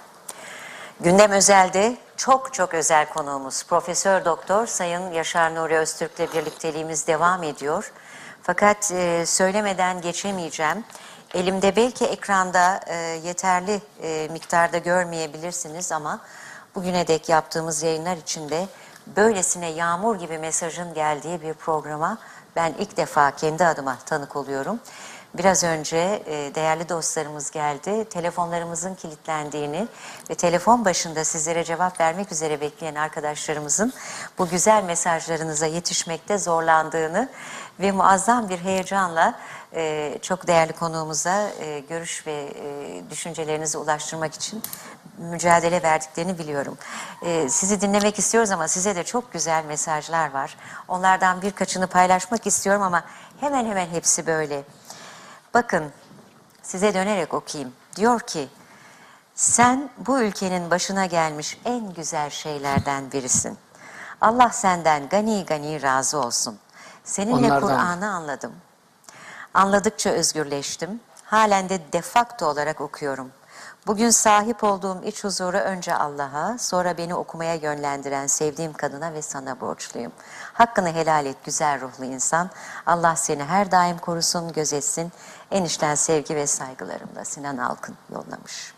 Gündem Özel'de çok özel konuğumuz Profesör Doktor Sayın Yaşar Nuri Öztürk'le birlikteliğimiz devam ediyor. Fakat söylemeden geçemeyeceğim. Elimde belki ekranda yeterli miktarda görmeyebilirsiniz ama bugüne dek yaptığımız yayınlar içinde böylesine yağmur gibi mesajın geldiği bir programa ben ilk defa kendi adıma tanık oluyorum. Biraz önce değerli dostlarımız geldi. Telefonlarımızın kilitlendiğini ve telefon başında sizlere cevap vermek üzere bekleyen arkadaşlarımızın bu güzel mesajlarınıza yetişmekte zorlandığını ve muazzam bir heyecanla çok değerli konuğumuza görüş ve düşüncelerinizi ulaştırmak için mücadele verdiklerini biliyorum. Sizi dinlemek istiyoruz ama size de çok güzel mesajlar var. Onlardan birkaçını paylaşmak istiyorum ama hemen hepsi böyle. Bakın, size dönerek okuyayım. Diyor ki, sen bu ülkenin başına gelmiş en güzel şeylerden birisin. Allah senden gani gani razı olsun. Seninle Kur'an'ı anladım. Anladıkça özgürleştim. Halen de de facto olarak okuyorum. Bugün sahip olduğum iç huzuru önce Allah'a, sonra beni okumaya yönlendiren sevdiğim kadına ve sana borçluyum. Hakkını helal et güzel ruhlu insan. Allah seni her daim korusun, gözetsin. En içten sevgi ve saygılarımla Sinan Alkın yollamış.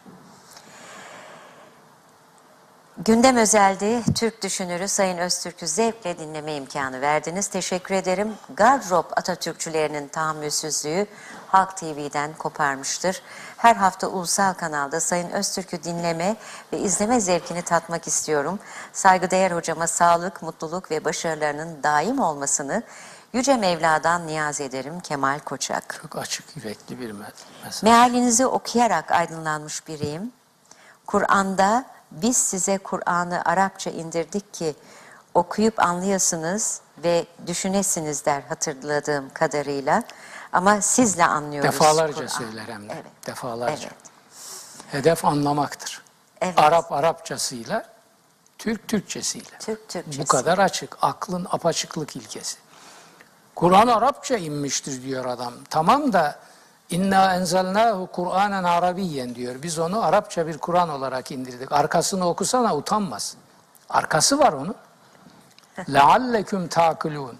Gündem Özel'de Türk düşünürü Sayın Öztürk'ü zevkle dinleme imkanı verdiniz. Teşekkür ederim. Gardrop Atatürkçülerinin tahammülsüzlüğü Halk TV'den koparmıştır. Her hafta ulusal kanalda Sayın Öztürk'ü dinleme ve izleme zevkini tatmak istiyorum. Saygıdeğer hocama sağlık, mutluluk ve başarılarının daim olmasını Yüce Mevla'dan niyaz ederim. Kemal Koçak. Çok açık yürekli bir mesaj. Mealinizi okuyarak aydınlanmış biriyim. Kur'an'da biz size Kur'an'ı Arapça indirdik ki okuyup anlayasınız ve düşünesiniz der hatırladığım kadarıyla. Ama sizle anlıyoruz. Defalarca söyler hem de. Evet. Defalarca. Evet. Hedef anlamaktır. Evet. Arap Arapçasıyla, Türk Türkçesiyle. Türk Türkçesi. Bu kadar açık. Aklın apaçıklık ilkesi. Kur'an Arapça inmiştir diyor adam. Tamam da İnna enzelnahu Kur'anen Arabiyyen diyor. Biz onu Arapça bir Kur'an olarak indirdik. Arkasını okusana utanmaz. Arkası var onun. Lealleküm takilun.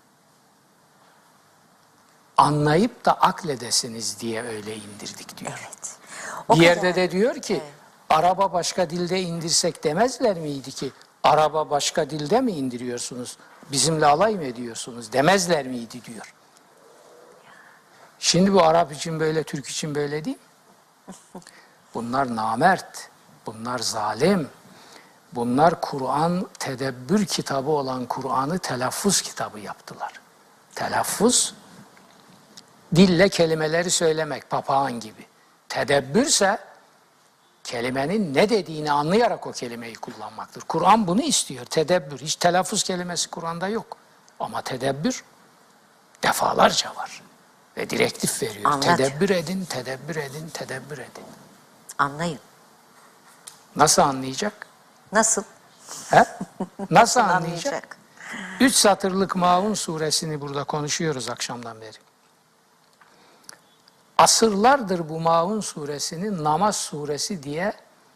Anlayıp da akledesiniz diye öyle indirdik diyor. Evet. Bir yerde de diyor ki araba başka dilde indirsek demezler miydi ki araba başka dilde mi indiriyorsunuz? Bizimle alay mı ediyorsunuz? Demezler miydi diyor. Şimdi bu Arap için böyle, Türk için böyle değil mi? Bunlar namert, bunlar zalim, bunlar Kur'an tedebbür kitabı olan Kur'an'ı telaffuz kitabı yaptılar. Telaffuz, dille kelimeleri söylemek, papağan gibi. Tedebbürse, kelimenin ne dediğini anlayarak o kelimeyi kullanmaktır. Kur'an bunu istiyor, tedebbür. Hiç telaffuz kelimesi Kur'an'da yok. Ama tedebbür defalarca var. Ve direktif veriyor. Anlat. Tedebbür edin, tedebbür edin, tedebbür edin. Anlayın. Nasıl anlayacak? Nasıl? He? Nasıl anlayacak? Anlayacak. 3 satırlık Maun suresini burada konuşuyoruz akşamdan beri. Asırlardır bu Maun suresini namaz suresi diye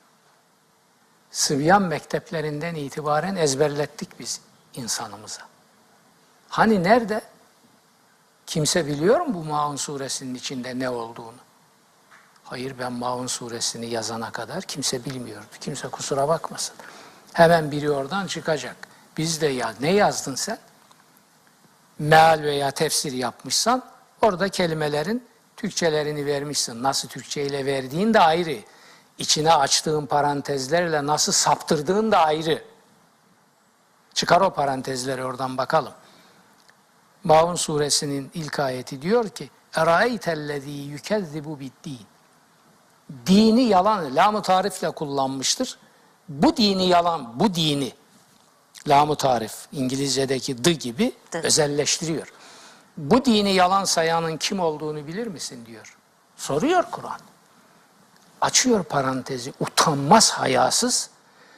Sıbyan mekteplerinden itibaren ezberlettik biz insanımıza. Hani nerede? Kimse biliyor mu bu Maun suresinin içinde ne olduğunu? Hayır, ben Maun suresini yazana kadar kimse bilmiyordu. Kimse kusura bakmasın. Hemen biri oradan çıkacak. Biz de ya ne yazdın sen? Meal veya tefsir yapmışsan orada kelimelerin Türkçelerini vermişsin. Nasıl Türkçeyle verdiğin de ayrı. İçine açtığın parantezlerle nasıl saptırdığın da ayrı. Çıkar o parantezleri oradan bakalım. Maun suresinin ilk ayeti diyor ki Eraeytellezî yükezzibu biddin. Dini yalan, lam-ı tarifle kullanmıştır. Bu dini yalan, bu dini lam-ı tarif İngilizce'deki the gibi özelleştiriyor. Bu dini yalan sayanın kim olduğunu bilir misin diyor. Soruyor Kur'an. Açıyor parantezi, utanmaz hayasız.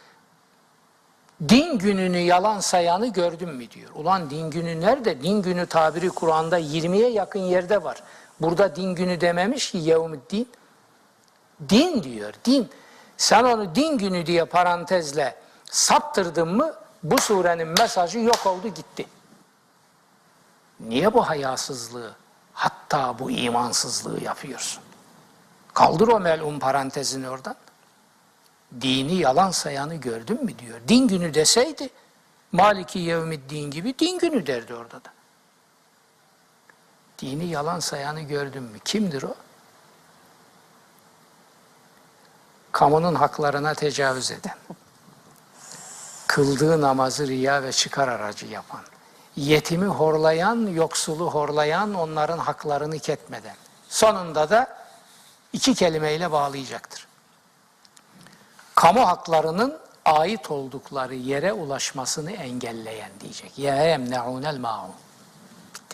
Din gününü yalan sayanı gördün mü diyor. Ulan din günü nerede? Din günü tabiri Kur'an'da 20'ye yakın yerde var. Burada din günü dememiş ki yevmüddin. Din diyor, din. Sen onu din günü diye parantezle saptırdın mı bu surenin mesajı yok oldu gitti. Niye bu hayasızlığı, hatta bu imansızlığı yapıyorsun? Kaldır o melun parantezini oradan. Dini yalan sayanı gördün mü diyor. Din günü deseydi Maliki Yevmiddin gibi din günü derdi orada da. Dini yalan sayanı gördün mü? Kimdir o? Kamunun haklarına tecavüz eden, kıldığı namazı riya ve çıkar aracı yapan, yetimi horlayan, yoksulu horlayan, onların haklarını ketmeden. Sonunda da 2 kelimeyle bağlayacaktır. Kamu haklarının ait oldukları yere ulaşmasını engelleyen diyecek. Yemne'unel ma'un. Bitti.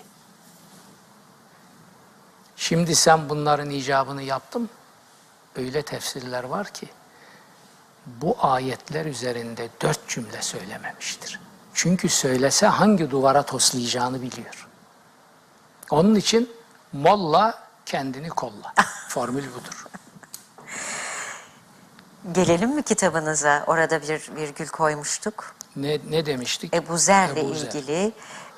Şimdi sen bunların icabını yaptın. Öyle tefsirler var ki bu ayetler üzerinde 4 cümle söylememiştir. Çünkü söylese hangi duvara toslayacağını biliyor. Onun için molla kendini kolla. Formül budur. Gelelim mi kitabınıza? Orada bir virgül koymuştuk. Ne demiştik? Ebu Zer'le Ebu Zer. ilgili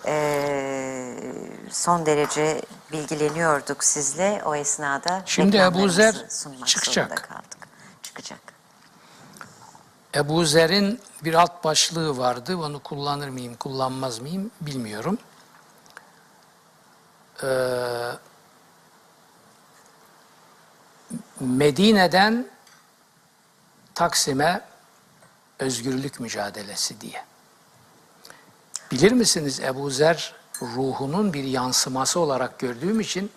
son derece bilgileniyorduk sizle. O esnada Şimdi Ebu Zer reklamlarımızı sunmak çıkacak. zorunda kaldık. Çıkacak. Ebu Zer'in bir alt başlığı vardı. Onu kullanır mıyım, kullanmaz mıyım bilmiyorum. Medine'den Taksim'e özgürlük mücadelesi diye. Bilir misiniz Ebu Zer ruhunun bir yansıması olarak gördüğüm için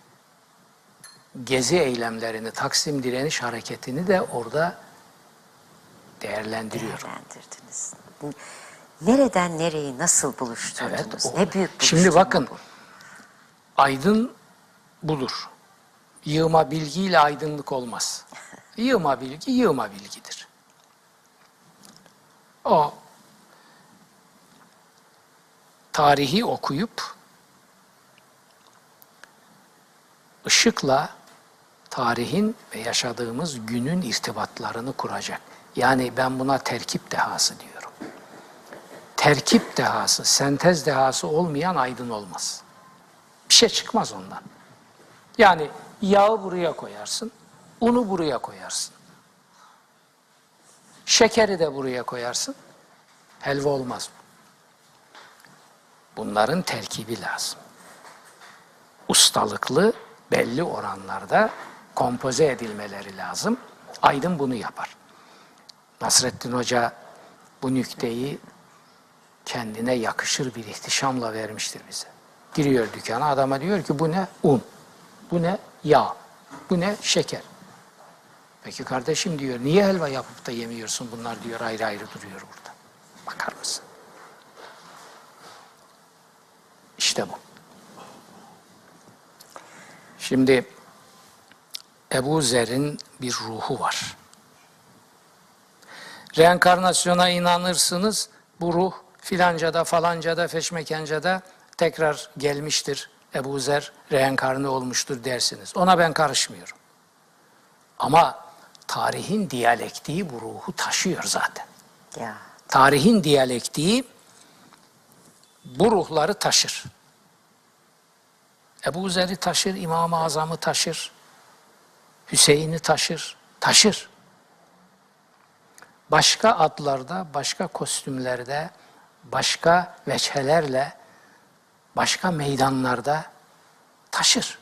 gezi eylemlerini, Taksim direniş hareketini de orada değerlendiriyorum. Değerlendirdiniz. Nereden nereyi nasıl buluşturdunuz? Evet, Ne büyük buluşturma şimdi bakın, bu. aydın budur. Yığma bilgiyle aydınlık olmaz. Yığma bilgi, yığma bilgidir. O tarihi okuyup ışıkla tarihin ve yaşadığımız günün irtibatlarını kuracak. Yani ben buna terkip dehası diyorum. Terkip dehası, sentez dehası olmayan aydın olmaz. Bir şey çıkmaz ondan. Yani yağı buraya koyarsın, unu buraya koyarsın. Şekeri de buraya koyarsın. Helva olmaz bu. Bunların terkibi lazım. Ustalıklı, belli oranlarda kompoze edilmeleri lazım. Aydın bunu yapar. Nasrettin Hoca bu nükteyi kendine yakışır bir ihtişamla vermiştir bize. Giriyor dükkana, adama diyor ki bu ne? Un. Bu ne? Yağ. Bu ne? Şeker. Peki kardeşim diyor, niye helva yapıp da yemiyorsun, bunlar diyor ayrı ayrı duruyor burada. Bakar mısın? İşte bu. Şimdi Ebu Zer'in bir ruhu var. Reenkarnasyona inanırsınız, bu ruh filancada, falancada, feşmekancada tekrar gelmiştir. Ebu Zer reenkarne olmuştur dersiniz. Ona ben karışmıyorum. Ama tarihin diyalektiği bu ruhu taşıyor zaten. Ya. Tarihin diyalektiği bu ruhları taşır. Ebu Zer'i taşır, İmam-ı Azam'ı taşır, Hüseyin'i taşır. Başka adlarda, başka kostümlerde, başka veçhelerle, başka meydanlarda taşır.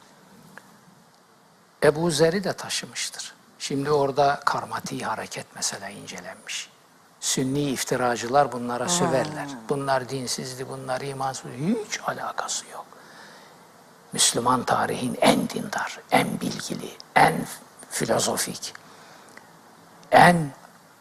Ebu Zer'i de taşımıştır. Şimdi orada karmati hareket mesela incelenmiş. Sünni iftiracılar bunlara söverler. Bunlar dinsizdi, bunlar imansız. Hiç alakası yok. Müslüman tarihin en dindar, en bilgili, en filozofik, en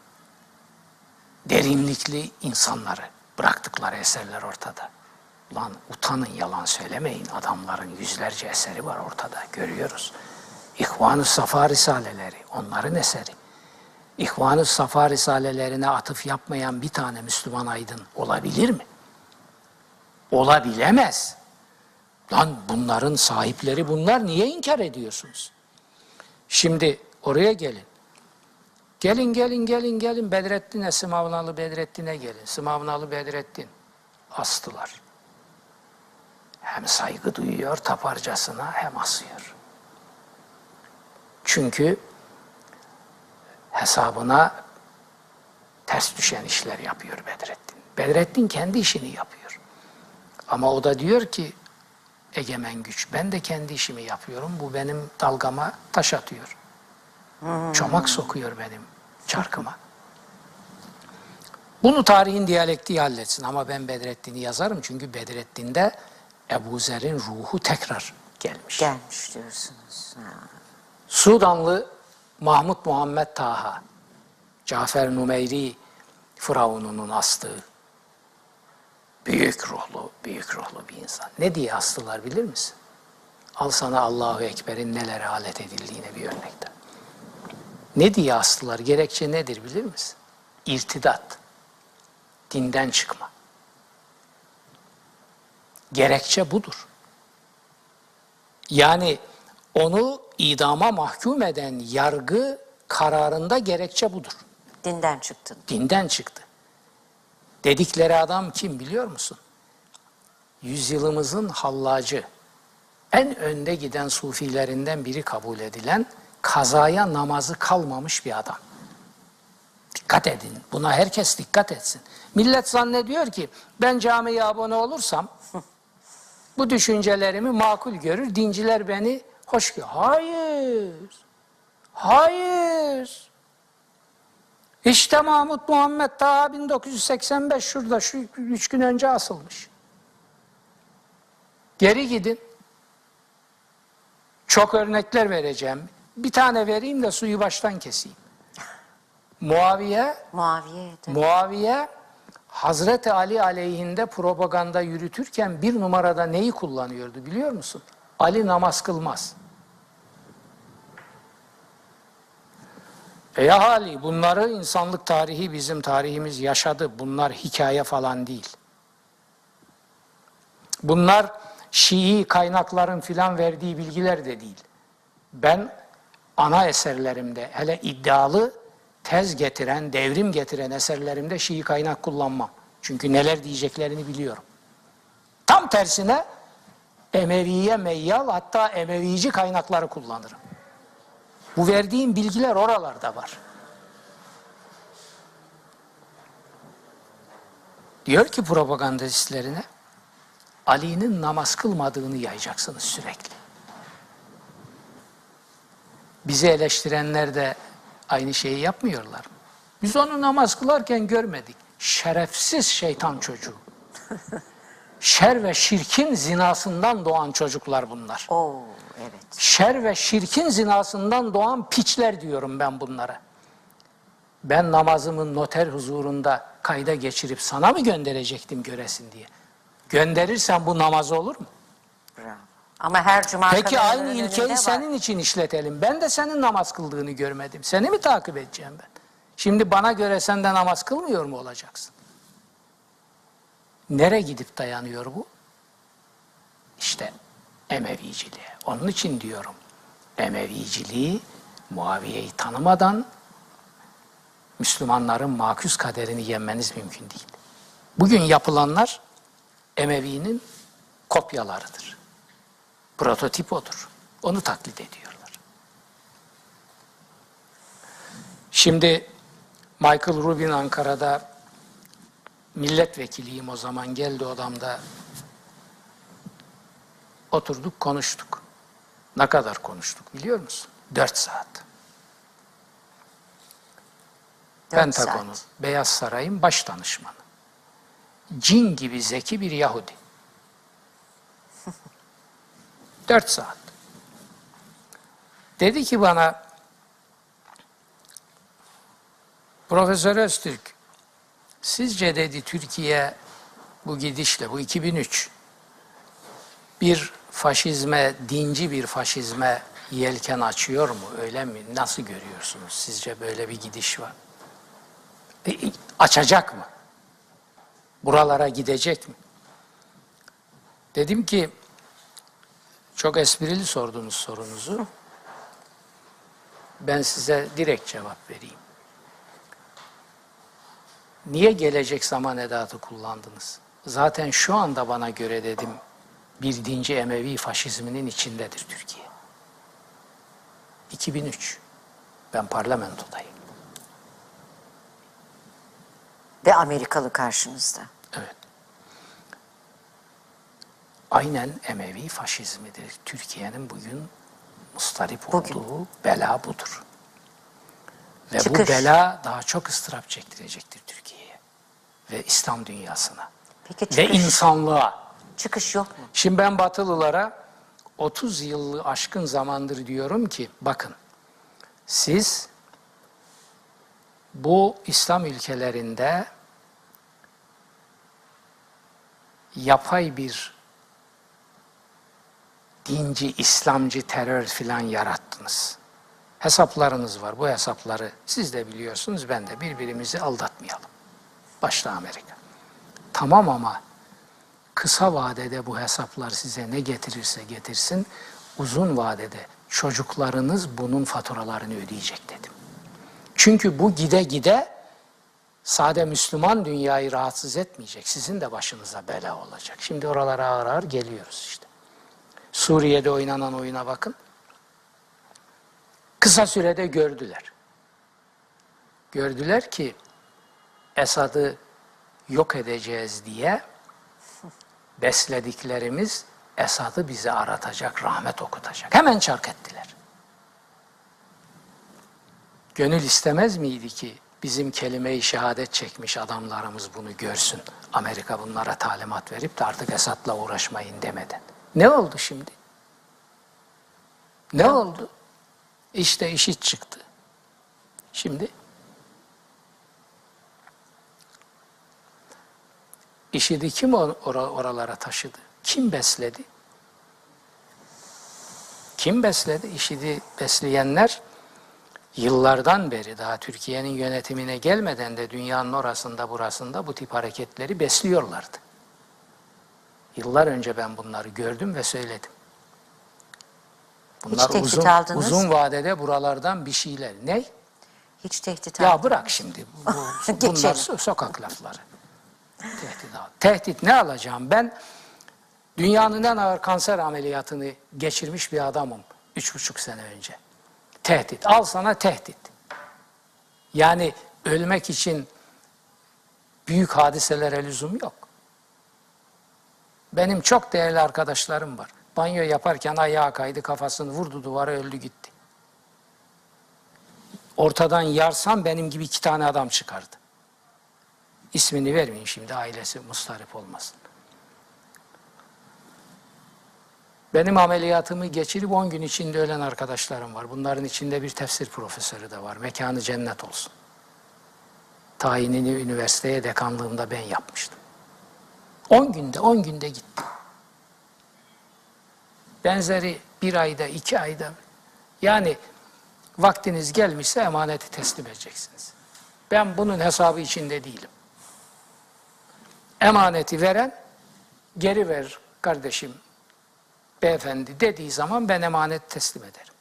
derinlikli insanları bıraktıkları eserler ortada. Lan utanın, yalan söylemeyin. Adamların yüzlerce eseri var ortada, görüyoruz. İhvan-ı Safa Risaleleri, onların eseri. İhvan-ı Safa Risalelerine atıf yapmayan bir tane Müslüman aydın olabilir mi? Olabilemez. Lan bunların sahipleri bunlar, niye inkar ediyorsunuz? Şimdi oraya gelin. Gelin Bedrettin'e, Sımavnalı Bedrettin'e gelin. Sımavnalı Bedrettin astılar. Hem saygı duyuyor taparcasına hem asıyor. Çünkü hesabına ters düşen işler yapıyor Bedrettin. Bedrettin kendi işini yapıyor. Ama o da diyor ki egemen güç, ben de kendi işimi yapıyorum. Bu benim dalgama taş atıyor. Çomak sokuyor benim çarkıma. Bunu tarihin diyalektiği halletsin ama ben Bedrettin'i yazarım çünkü Bedrettin'de Ebu Zer'in ruhu tekrar gelmiş. Gelmiş diyorsunuz. Ha. Sudanlı Mahmud Muhammed Taha, Cafer Numeyri Firavun'un astığı büyük ruhlu bir insan. Ne diye astılar bilir misin? Al sana Allahu Ekber'in nelere alet edildiğine bir örnekte. Ne diye astılar? Gerekçe nedir bilir misin? İrtidat. Dinden çıkma. Gerekçe budur. Yani onu idama mahkum eden yargı kararında gerekçe budur. Dinden çıktın. Dinden çıktı. Dedikleri adam kim biliyor musun? Yüzyılımızın hallacı, en önde giden sufilerinden biri kabul edilen, kazaya namazı kalmamış bir adam. Dikkat edin, buna herkes dikkat etsin. Millet zannediyor ki ben camiye abone olursam bu düşüncelerimi makul görür, dinciler beni hoş görür. Hayır. İşte Mahmud Muhammed Taha 1985 şurada, şu 3 gün önce asılmış. Geri gidin. Çok örnekler vereceğim. Bir tane vereyim de suyu baştan keseyim. Muaviye Hazreti Ali aleyhinde propaganda yürütürken bir numarada neyi kullanıyordu biliyor musun? Ali namaz kılmaz. Ya Ali, bunları insanlık tarihi, bizim tarihimiz yaşadı. Bunlar hikaye falan değil. Bunlar Şii kaynakların filan verdiği bilgiler de değil. Ben ana eserlerimde, hele iddialı tez getiren, devrim getiren eserlerimde Şii kaynak kullanmam. Çünkü neler diyeceklerini biliyorum. Tam tersine Emeviye meyyal, hatta Emevici kaynakları kullanırım. Bu verdiğim bilgiler oralarda var. Diyor ki propagandistlerine, Ali'nin namaz kılmadığını yayacaksınız sürekli. Bizi eleştirenler de aynı şeyi yapmıyorlar. Biz onu namaz kılarken görmedik. Şerefsiz şeytan çocuğu. Şer ve şirkin zinasından doğan çocuklar bunlar. Oo, evet. Şer ve şirkin zinasından doğan piçler diyorum ben bunlara. Ben namazımın noter huzurunda kayda geçirip sana mı gönderecektim göresin diye. Gönderirsen bu namaz olur mu? Bravo. Ama her cuma Peki kameranın aynı önünde ilkeyi var. senin için işletelim. Ben de senin namaz kıldığını görmedim. Seni mi takip edeceğim ben? Şimdi bana göre sen de namaz kılmıyor mu olacaksın? Nereye gidip dayanıyor bu? İşte Emeviciliğe. Onun için diyorum, Emeviciliği, Muaviye'yi tanımadan Müslümanların makûs kaderini yenmeniz mümkün değil. Bugün yapılanlar Emevi'nin kopyalarıdır. Prototip odur. Onu taklit ediyorlar. Şimdi Michael Rubin Ankara'da milletvekiliyim o zaman, geldi odamda. Oturduk, konuştuk. Ne kadar konuştuk biliyor musun? 4 saat. 4 Pentagon'un, saat. Beyaz Saray'ın baş danışmanı. Cin gibi zeki bir Yahudi. 4 saat. Dedi ki bana, Profesör Öztürk, sizce dedi Türkiye bu gidişle, bu 2003, bir faşizme, dinci bir faşizme yelken açıyor mu? Öyle mi? Nasıl görüyorsunuz? Sizce böyle bir gidiş var? Açacak mı? Buralara gidecek mi? Dedim ki, çok esprili sordunuz sorunuzu. Ben size direkt cevap vereyim. Niye gelecek zaman edatı kullandınız? Zaten şu anda bana göre dedim, bir dinci Emevi faşizminin içindedir Türkiye. 2003. Ben parlamentodayım. Ve Amerikalı karşınızda. Evet. Aynen Emevi faşizmidir. Türkiye'nin bugün mustarip olduğu bela budur. Ve Çıkış. bu bela daha çok ıstırap çektirecektir Türkiye'ye. Ve İslam dünyasına. Peki Ve insanlığa. çıkış yok mu? Şimdi ben Batılılara 30 yılı aşkın zamandır diyorum ki, bakın, siz bu İslam ülkelerinde yapay bir dinci, İslamcı terör filan yarattınız. Hesaplarınız var. Bu hesapları siz de biliyorsunuz, ben de, birbirimizi aldatmayalım. Başta Amerika. Tamam, ama kısa vadede bu hesaplar size ne getirirse getirsin, uzun vadede çocuklarınız bunun faturalarını ödeyecek dedim. Çünkü bu gide gide sade Müslüman dünyayı rahatsız etmeyecek. Sizin de başınıza bela olacak. Şimdi oralara ağır ağır geliyoruz işte. Suriye'de oynanan oyuna bakın. Kısa sürede gördüler. Gördüler ki Esad'ı yok edeceğiz diye beslediklerimiz Esad'ı bize aratacak, rahmet okutacak. Hemen çark ettiler. Gönül istemez miydi ki bizim kelime-i şehadet çekmiş adamlarımız bunu görsün? Amerika bunlara talimat verip de artık Esad'la uğraşmayın demeden. Ne oldu şimdi? Ne oldu? İşte IŞİD çıktı. Şimdi IŞİD'i kim oralara taşıdı? Kim besledi? Kim besledi? IŞİD'i besleyenler yıllardan beri, daha Türkiye'nin yönetimine gelmeden de dünyanın orasında burasında bu tip hareketleri besliyorlardı. Yıllar önce ben bunları gördüm ve söyledim. Bunlar Hiç tehdit aldınız uzun vadede buralardan bir şeyler. Ne? Hiç tehdit Ya aldınız. bırak şimdi. Bunlar Geçelim. sokak lafları. Tehdit ne alacağım? Ben dünyanın en ağır kanser ameliyatını geçirmiş bir adamım 3,5 sene önce. Tehdit. Al sana tehdit. Yani ölmek için büyük hadiselere lüzum yok. Benim çok değerli arkadaşlarım var. Banyo yaparken ayağa kaydı, kafasını vurdu duvara, öldü gitti. Ortadan yarsam benim gibi 2 tane adam çıkardı. İsmini vermeyeyim şimdi, ailesi mustarip olmasın. Benim ameliyatımı geçirip 10 gün içinde ölen arkadaşlarım var. Bunların içinde bir tefsir profesörü de var. Mekanı cennet olsun. Tayinini üniversiteye dekanlığımda ben yapmıştım. 10 günde gitti. Benzeri 1 ayda, 2 ayda. Yani vaktiniz gelmişse emaneti teslim edeceksiniz. Ben bunun hesabı içinde değilim. Emaneti veren geri ver kardeşim, beyefendi dediği zaman ben emanet teslim ederim.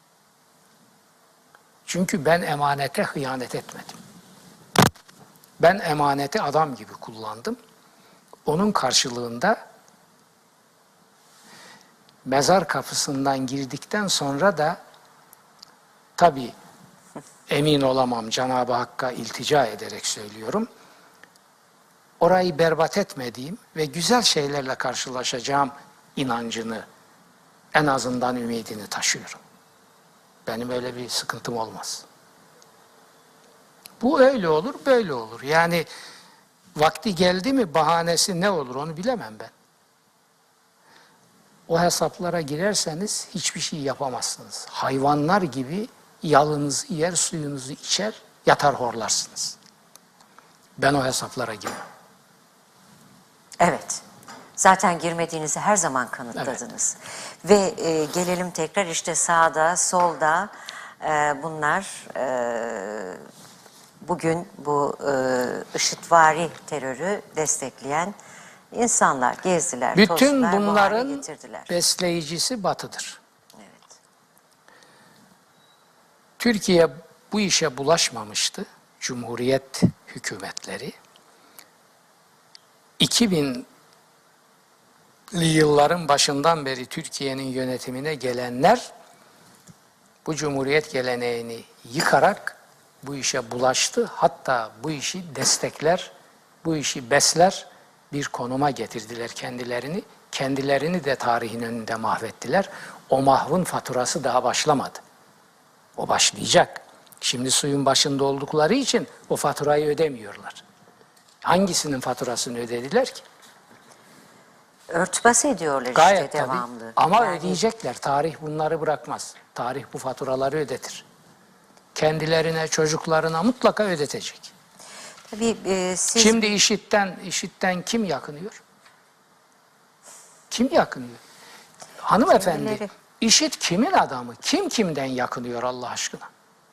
Çünkü ben emanete hıyanet etmedim. Ben emaneti adam gibi kullandım. Onun karşılığında mezar kapısından girdikten sonra da tabii emin olamam, Cenab-ı Hakk'a iltica ederek söylüyorum. Orayı berbat etmediğim ve güzel şeylerle karşılaşacağım inancını, en azından ümidini taşıyorum. Benim öyle bir sıkıntım olmaz. Bu öyle olur, böyle olur. Yani vakti geldi mi bahanesi ne olur onu bilemem ben. O hesaplara girerseniz hiçbir şey yapamazsınız. Hayvanlar gibi yalınızı yer, suyunuzu içer, yatar horlarsınız. Ben o hesaplara girmem. Evet. Zaten girmediğinizi her zaman kanıtladınız. Ve gelelim tekrar işte sağda, solda bunlar bugün bu IŞİDvari terörü destekleyen insanlar gezdiler, Bütün tozdular, bu hale bunların getirdiler. besleyicisi Batı'dır. Evet. Türkiye bu işe bulaşmamıştı. Cumhuriyet hükümetleri. 2000'li yılların başından beri Türkiye'nin yönetimine gelenler bu cumhuriyet geleneğini yıkarak bu işe bulaştı. Hatta bu işi destekler, bu işi besler bir konuma getirdiler kendilerini. Kendilerini de tarihin önünde mahvettiler. O mahvın faturası daha başlamadı. O başlayacak. Şimdi suyun başında oldukları için o faturayı ödemiyorlar. Hangisinin faturasını ödediler ki? Örtbas ediyorlar Gayet işte devamlı. tabii. Ama Yani ödeyecekler. Tarih bunları bırakmaz. Tarih bu faturaları ödetir. Kendilerine, çocuklarına mutlaka ödetecek. tabii siz Şimdi IŞİD'den kim yakınıyor? Kim yakınıyor? Hanımefendi, Kendileri. IŞİD kimin adamı? Kim kimden yakınıyor Allah aşkına?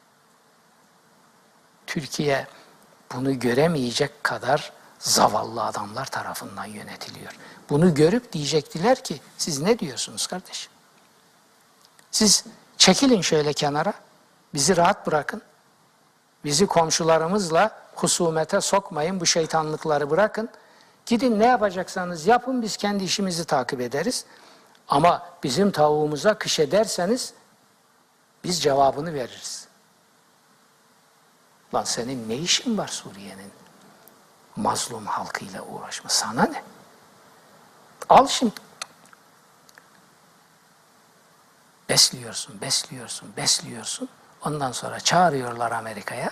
Türkiye bunu göremeyecek kadar zavallı adamlar tarafından yönetiliyor. Bunu görüp diyecektiler ki siz ne diyorsunuz kardeşim? Siz çekilin şöyle kenara, bizi rahat bırakın. Bizi komşularımızla husumete sokmayın, bu şeytanlıkları bırakın. Gidin ne yapacaksanız yapın, biz kendi işimizi takip ederiz. Ama bizim tavuğumuza kış ederseniz biz cevabını veririz. Lan senin ne işin var Suriye'nin mazlum halkıyla uğraşma? Sana ne? Al şimdi. Besliyorsun, besliyorsun, besliyorsun. Ondan sonra çağırıyorlar Amerika'ya.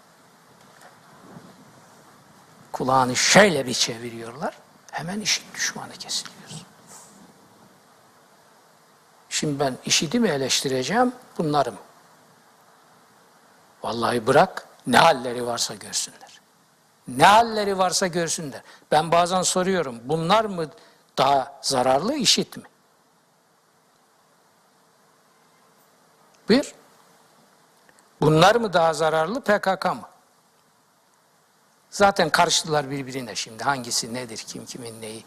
Kulağını şöyle bir çeviriyorlar. Hemen IŞİD düşmanı kesiliyorsun. Şimdi ben IŞİD'i mi eleştireceğim, bunları mı? Vallahi bırak, ne halleri varsa görsünler. Ne halleri varsa görsünler. Ben bazen soruyorum, bunlar mı daha zararlı, IŞİD mi? Buyur. Bunlar mı daha zararlı, PKK mı? Zaten karıştılar birbirine şimdi. Hangisi nedir, kim kimin neyi?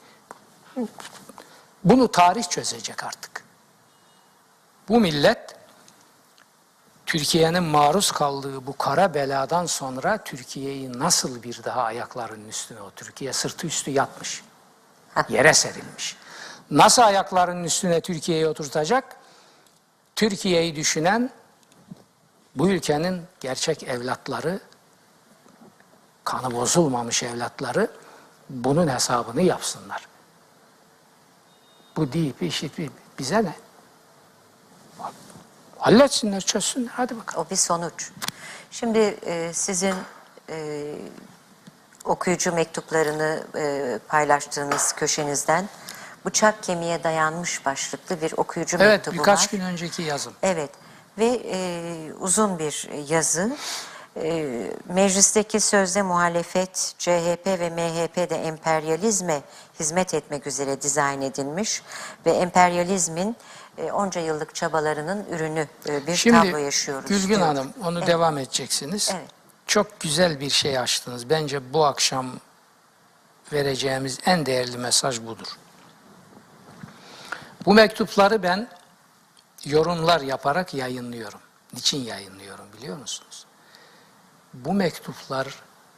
Bunu tarih çözecek artık. Bu millet, Türkiye'nin maruz kaldığı bu kara beladan sonra Türkiye'yi nasıl bir daha ayaklarının üstüne Türkiye sırtı üstü yatmış. Yere serilmiş. Nasıl ayaklarının üstüne Türkiye'yi oturtacak? Türkiye'yi düşünen bu ülkenin gerçek evlatları, kanı bozulmamış evlatları bunun hesabını yapsınlar. Bu deyip IŞİD bize ne? Halletsinler, çözsünler. Hadi bakalım. o bir sonuç. Şimdi sizin okuyucu mektuplarını paylaştığınız köşenizden bıçak kemiğe dayanmış başlıklı bir okuyucu Evet, mektubu birkaç var. gün önceki yazım. Evet ve uzun bir yazı. Meclisteki sözde muhalefet, CHP ve MHP de emperyalizme hizmet etmek üzere dizayn edilmiş ve emperyalizmin onca yıllık çabalarının ürünü bir tablo yaşıyoruz. Şimdi Gülgün Hanım onu Evet. devam edeceksiniz. Evet. Çok güzel bir şey açtınız. Bence bu akşam vereceğimiz en değerli mesaj budur. Bu mektupları ben yorumlar yaparak yayınlıyorum. Niçin yayınlıyorum biliyor musunuz? Bu mektuplar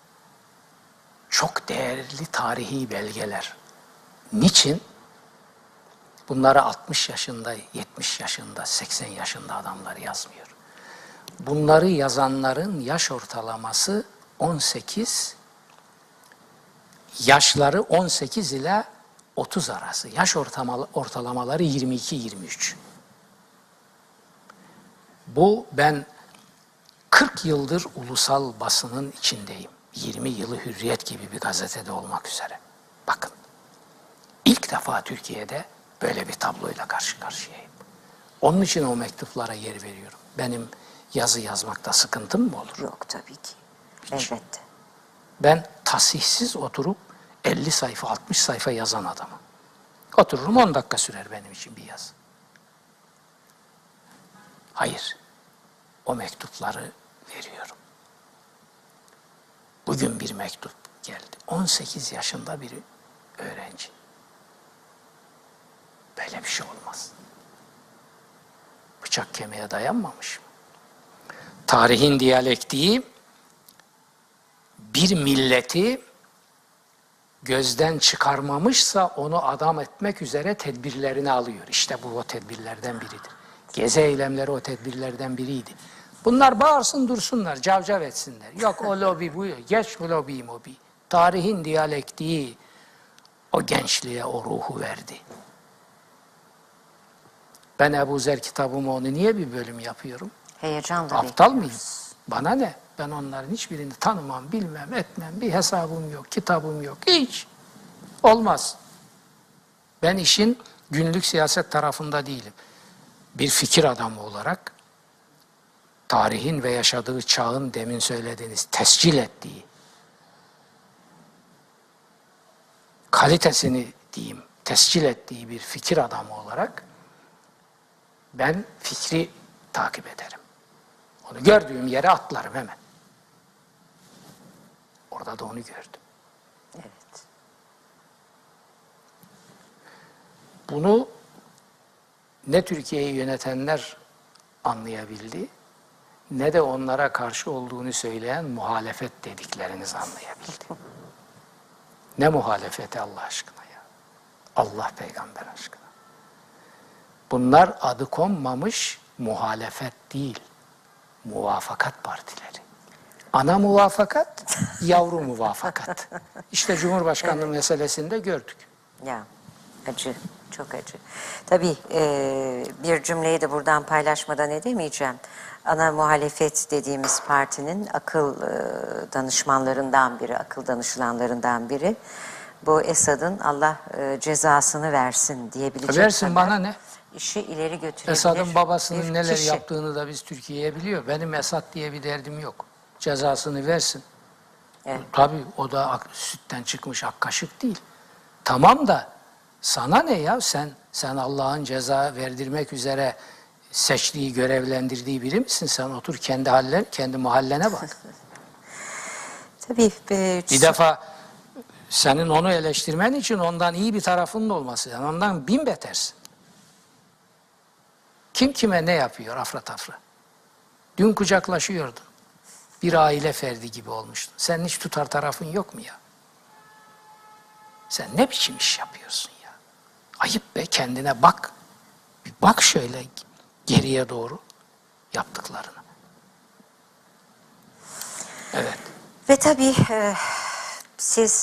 çok değerli tarihi belgeler. Niçin? Bunları 60 yaşında, 70 yaşında, 80 yaşında adamlar yazmıyor. Bunları yazanların yaş ortalaması 18, yaşları 18 ile 30 arası. Yaş ortalamaları 22-23. Bu ben 40 yıldır ulusal basının içindeyim. 20 yılı Hürriyet gibi bir gazetede olmak üzere. Bakın, ilk defa Türkiye'de böyle bir tabloyla karşı karşıyayım. Onun için o mektuplara yer veriyorum. Benim yazı yazmakta sıkıntım mı olur? Yok tabii ki. Elbette. Ben tasihsiz oturup 50 sayfa, 60 sayfa yazan adamım. Otururum 10 dakika sürer benim için bir yazı. Hayır. O mektupları veriyorum. Bugün bir mektup geldi. 18 yaşında bir öğrenci. Böyle bir şey olmaz. Bıçak kemiğe dayanmamış mı? Tarihin diyalektiği bir milleti gözden çıkarmamışsa onu adam etmek üzere tedbirlerini alıyor. İşte bu o tedbirlerden biridir. Gezi eylemleri o tedbirlerden biriydi. Bunlar bağırsın dursunlar, cavcav etsinler. Yok o lobi bu, geç bu lobi mobi. Tarihin diyalektiği o gençliğe o ruhu verdi. Ben Ebu Zer kitabımı onu niye bir bölüm yapıyorum? Heyecanla Aptal mıyım? bekliyoruz. Bana ne? Ben onların hiçbirini tanımam, bilmem, etmem. Bir hesabım yok, kitabım yok. Hiç. Olmaz. Ben işin günlük siyaset tarafında değilim. Bir fikir adamı olarak tarihin ve yaşadığı çağın demin söylediğiniz tescil ettiği kalitesini diyeyim, tescil ettiği bir fikir adamı olarak ben fikri takip ederim. Onu gördüğüm yere atlarım hemen. Orada da onu gördüm. Evet. Bunu ne Türkiye'yi yönetenler anlayabildi, ne de onlara karşı olduğunu söyleyen muhalefet dedikleriniz anlayabildi. Ne muhalefeti Allah aşkına ya? Allah peygamber aşkına. Bunlar adı konmamış muhalefet değil, muvafakat partileri. Ana muvafakat, yavru muvafakat. İşte Cumhurbaşkanlığı meselesinde gördük. Ya acı, çok acı. Tabii bir cümleyi de buradan paylaşmadan edemeyeceğim. Ana muhalefet dediğimiz partinin akıl danışmanlarından biri, akıl danışılanlarından biri. Bu Esad'ın Allah cezasını versin diyebilecek Versin kadar bana ne? işi ileri götürebilir. Esad'ın babasının bir neler kişi. yaptığını da biz Türkiye'ye biliyor. Benim Esad diye bir derdim yok. Cezasını versin. Evet. Tabii o da sütten çıkmış ak kaşık değil. Tamam da sana ne ya? Sen Allah'ın ceza verdirmek üzere seçtiği, görevlendirdiği biri misin? Sen otur kendi mahallene bak. Tabii. Bir defa senin onu eleştirmen için ondan iyi bir tarafının olması. Yani ondan bin betersin. Kim kime ne yapıyor afra tafra? Dün kucaklaşıyordun. Bir aile ferdi gibi olmuştun. Senin hiç tutar tarafın yok mu ya? Sen ne biçim iş yapıyorsun ya? Ayıp be, kendine bak. Bir bak şöyle geriye doğru yaptıklarına. Evet. Ve tabii siz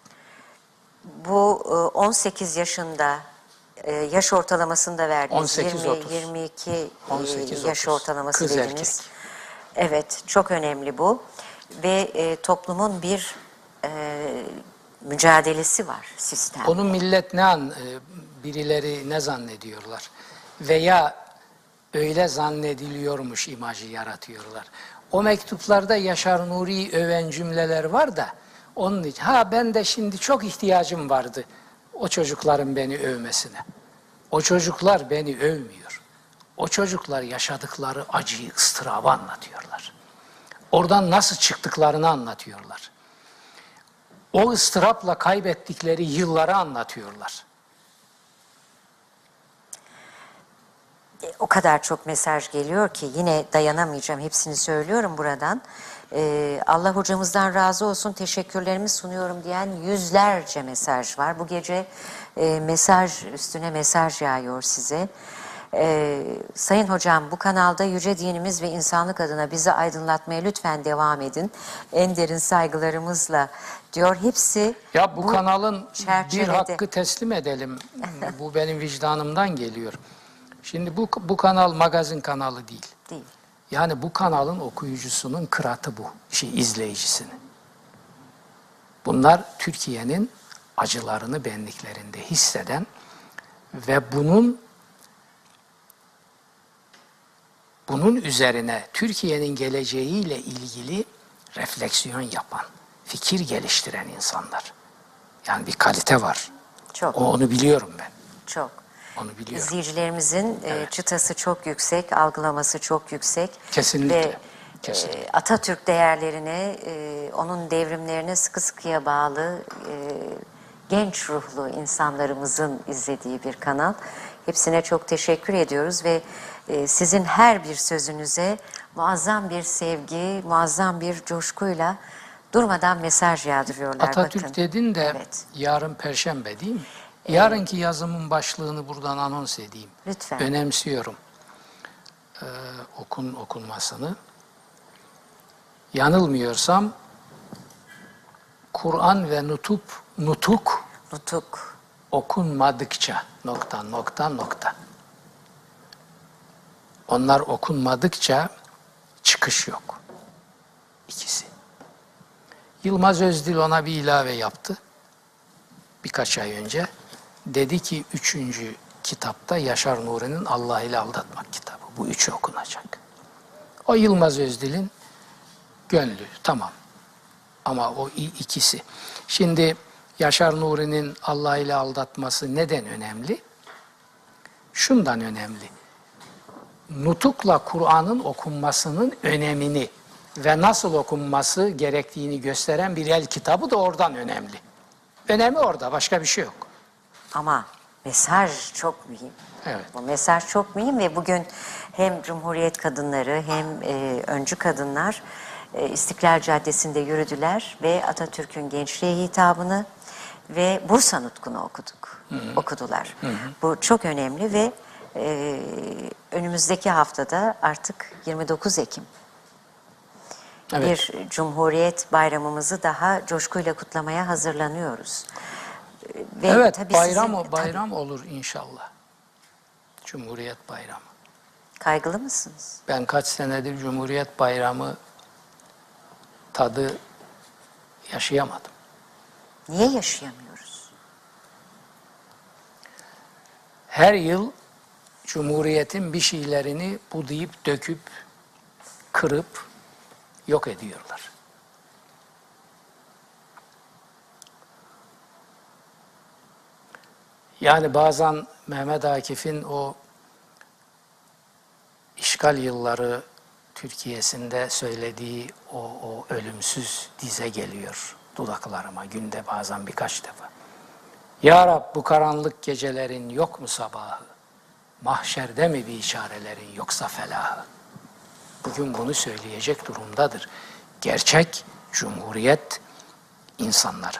bu 18 yaşında yaş ortalamasını da verdiniz. 18-30. 22 18-30. yaş ortalaması Kız dediniz. erkek. Evet, çok önemli bu. Ve toplumun bir mücadelesi var sistem. Onu millet birileri ne zannediyorlar? Veya öyle zannediliyormuş imajı yaratıyorlar. O mektuplarda Yaşar Nuri'yi öven cümleler var da onun için. Ha ben de şimdi çok ihtiyacım vardı o çocukların beni övmesine. O çocuklar beni övmüyor. O çocuklar yaşadıkları acıyı, ıstırabı anlatıyorlar. Oradan nasıl çıktıklarını anlatıyorlar. O ıstırapla kaybettikleri yılları anlatıyorlar. O kadar çok mesaj geliyor ki yine dayanamayacağım. Hepsini söylüyorum buradan. Allah hocamızdan razı olsun, teşekkürlerimi sunuyorum diyen yüzlerce mesaj var. Bu gece mesaj üstüne mesaj yağıyor size. Sayın hocam, bu kanalda yüce dinimiz ve insanlık adına bizi aydınlatmaya lütfen devam edin. En derin saygılarımızla diyor. Hepsi ya bu kanalın çerçevede. bir hakkı teslim edelim. Bu benim vicdanımdan geliyor. Şimdi bu kanal magazin kanalı değil. Değil. Yani bu kanalın okuyucusunun kıratı bu, izleyicisinin. Bunlar Türkiye'nin acılarını benliklerinde hisseden ve bunun üzerine Türkiye'nin geleceğiyle ilgili refleksiyon yapan, fikir geliştiren insanlar. Yani bir kalite var. Çok. Onu biliyorum ben. Çok. Onu biliyorum. İzleyicilerimizin çıtası çok yüksek, algılaması çok yüksek. Kesinlikle. Ve Kesinlikle. Atatürk değerlerine, onun devrimlerine sıkı sıkıya bağlı genç ruhlu insanlarımızın izlediği bir kanal. Hepsine çok teşekkür ediyoruz ve sizin her bir sözünüze muazzam bir sevgi, muazzam bir coşkuyla durmadan mesaj yağdırıyorlar. Atatürk bakın. dedin de Evet. yarın Perşembe değil mi? Yarınki yazımın başlığını buradan anons edeyim. Lütfen. Önemsiyorum okunmasını. Yanılmıyorsam Kur'an ve nutuk okunmadıkça ... Onlar okunmadıkça çıkış yok. İkisi. Yılmaz Özdil ona bir ilave yaptı. Birkaç ay önce. Dedi ki 3. kitapta Yaşar Nuri'nin Allah ile Aldatmak kitabı. Bu 3'ü okunacak. O Yılmaz Özdil'in gönlü. Tamam. Ama o ikisi. Şimdi Yaşar Nuri'nin Allah ile aldatması neden önemli? Şundan önemli. Nutukla Kur'an'ın okunmasının önemini ve nasıl okunması gerektiğini gösteren bir el kitabı da oradan önemli. Önemi orada, başka bir şey yok. Ama mesaj çok mühim. Evet. Bu mesaj çok mühim ve bugün hem Cumhuriyet kadınları hem öncü kadınlar İstiklal Caddesi'nde yürüdüler ve Atatürk'ün gençliğe hitabını ve Bursa Nutku'nu okudular. Hı hı. Bu çok önemli ve önümüzdeki haftada artık 29 Ekim. Evet. Bir Cumhuriyet bayramımızı daha coşkuyla kutlamaya hazırlanıyoruz. Ve evet, tabii bayram olur inşallah. Cumhuriyet Bayramı. Kaygılı mısınız? Ben kaç senedir Cumhuriyet Bayramı tadı yaşayamadım. Niye yaşayamıyoruz? Her yıl Cumhuriyet'in bir şeylerini budayıp, döküp, kırıp yok ediyorlar. Yani bazen Mehmet Akif'in o işgal yılları Türkiye'sinde söylediği o ölümsüz dize geliyor dudaklarıma günde bazen birkaç defa. Ya Rab bu karanlık gecelerin yok mu sabahı? Mahşerde mi bir işarelerin yoksa felahı? Bugün bunu söyleyecek durumdadır. Gerçek Cumhuriyet insanları.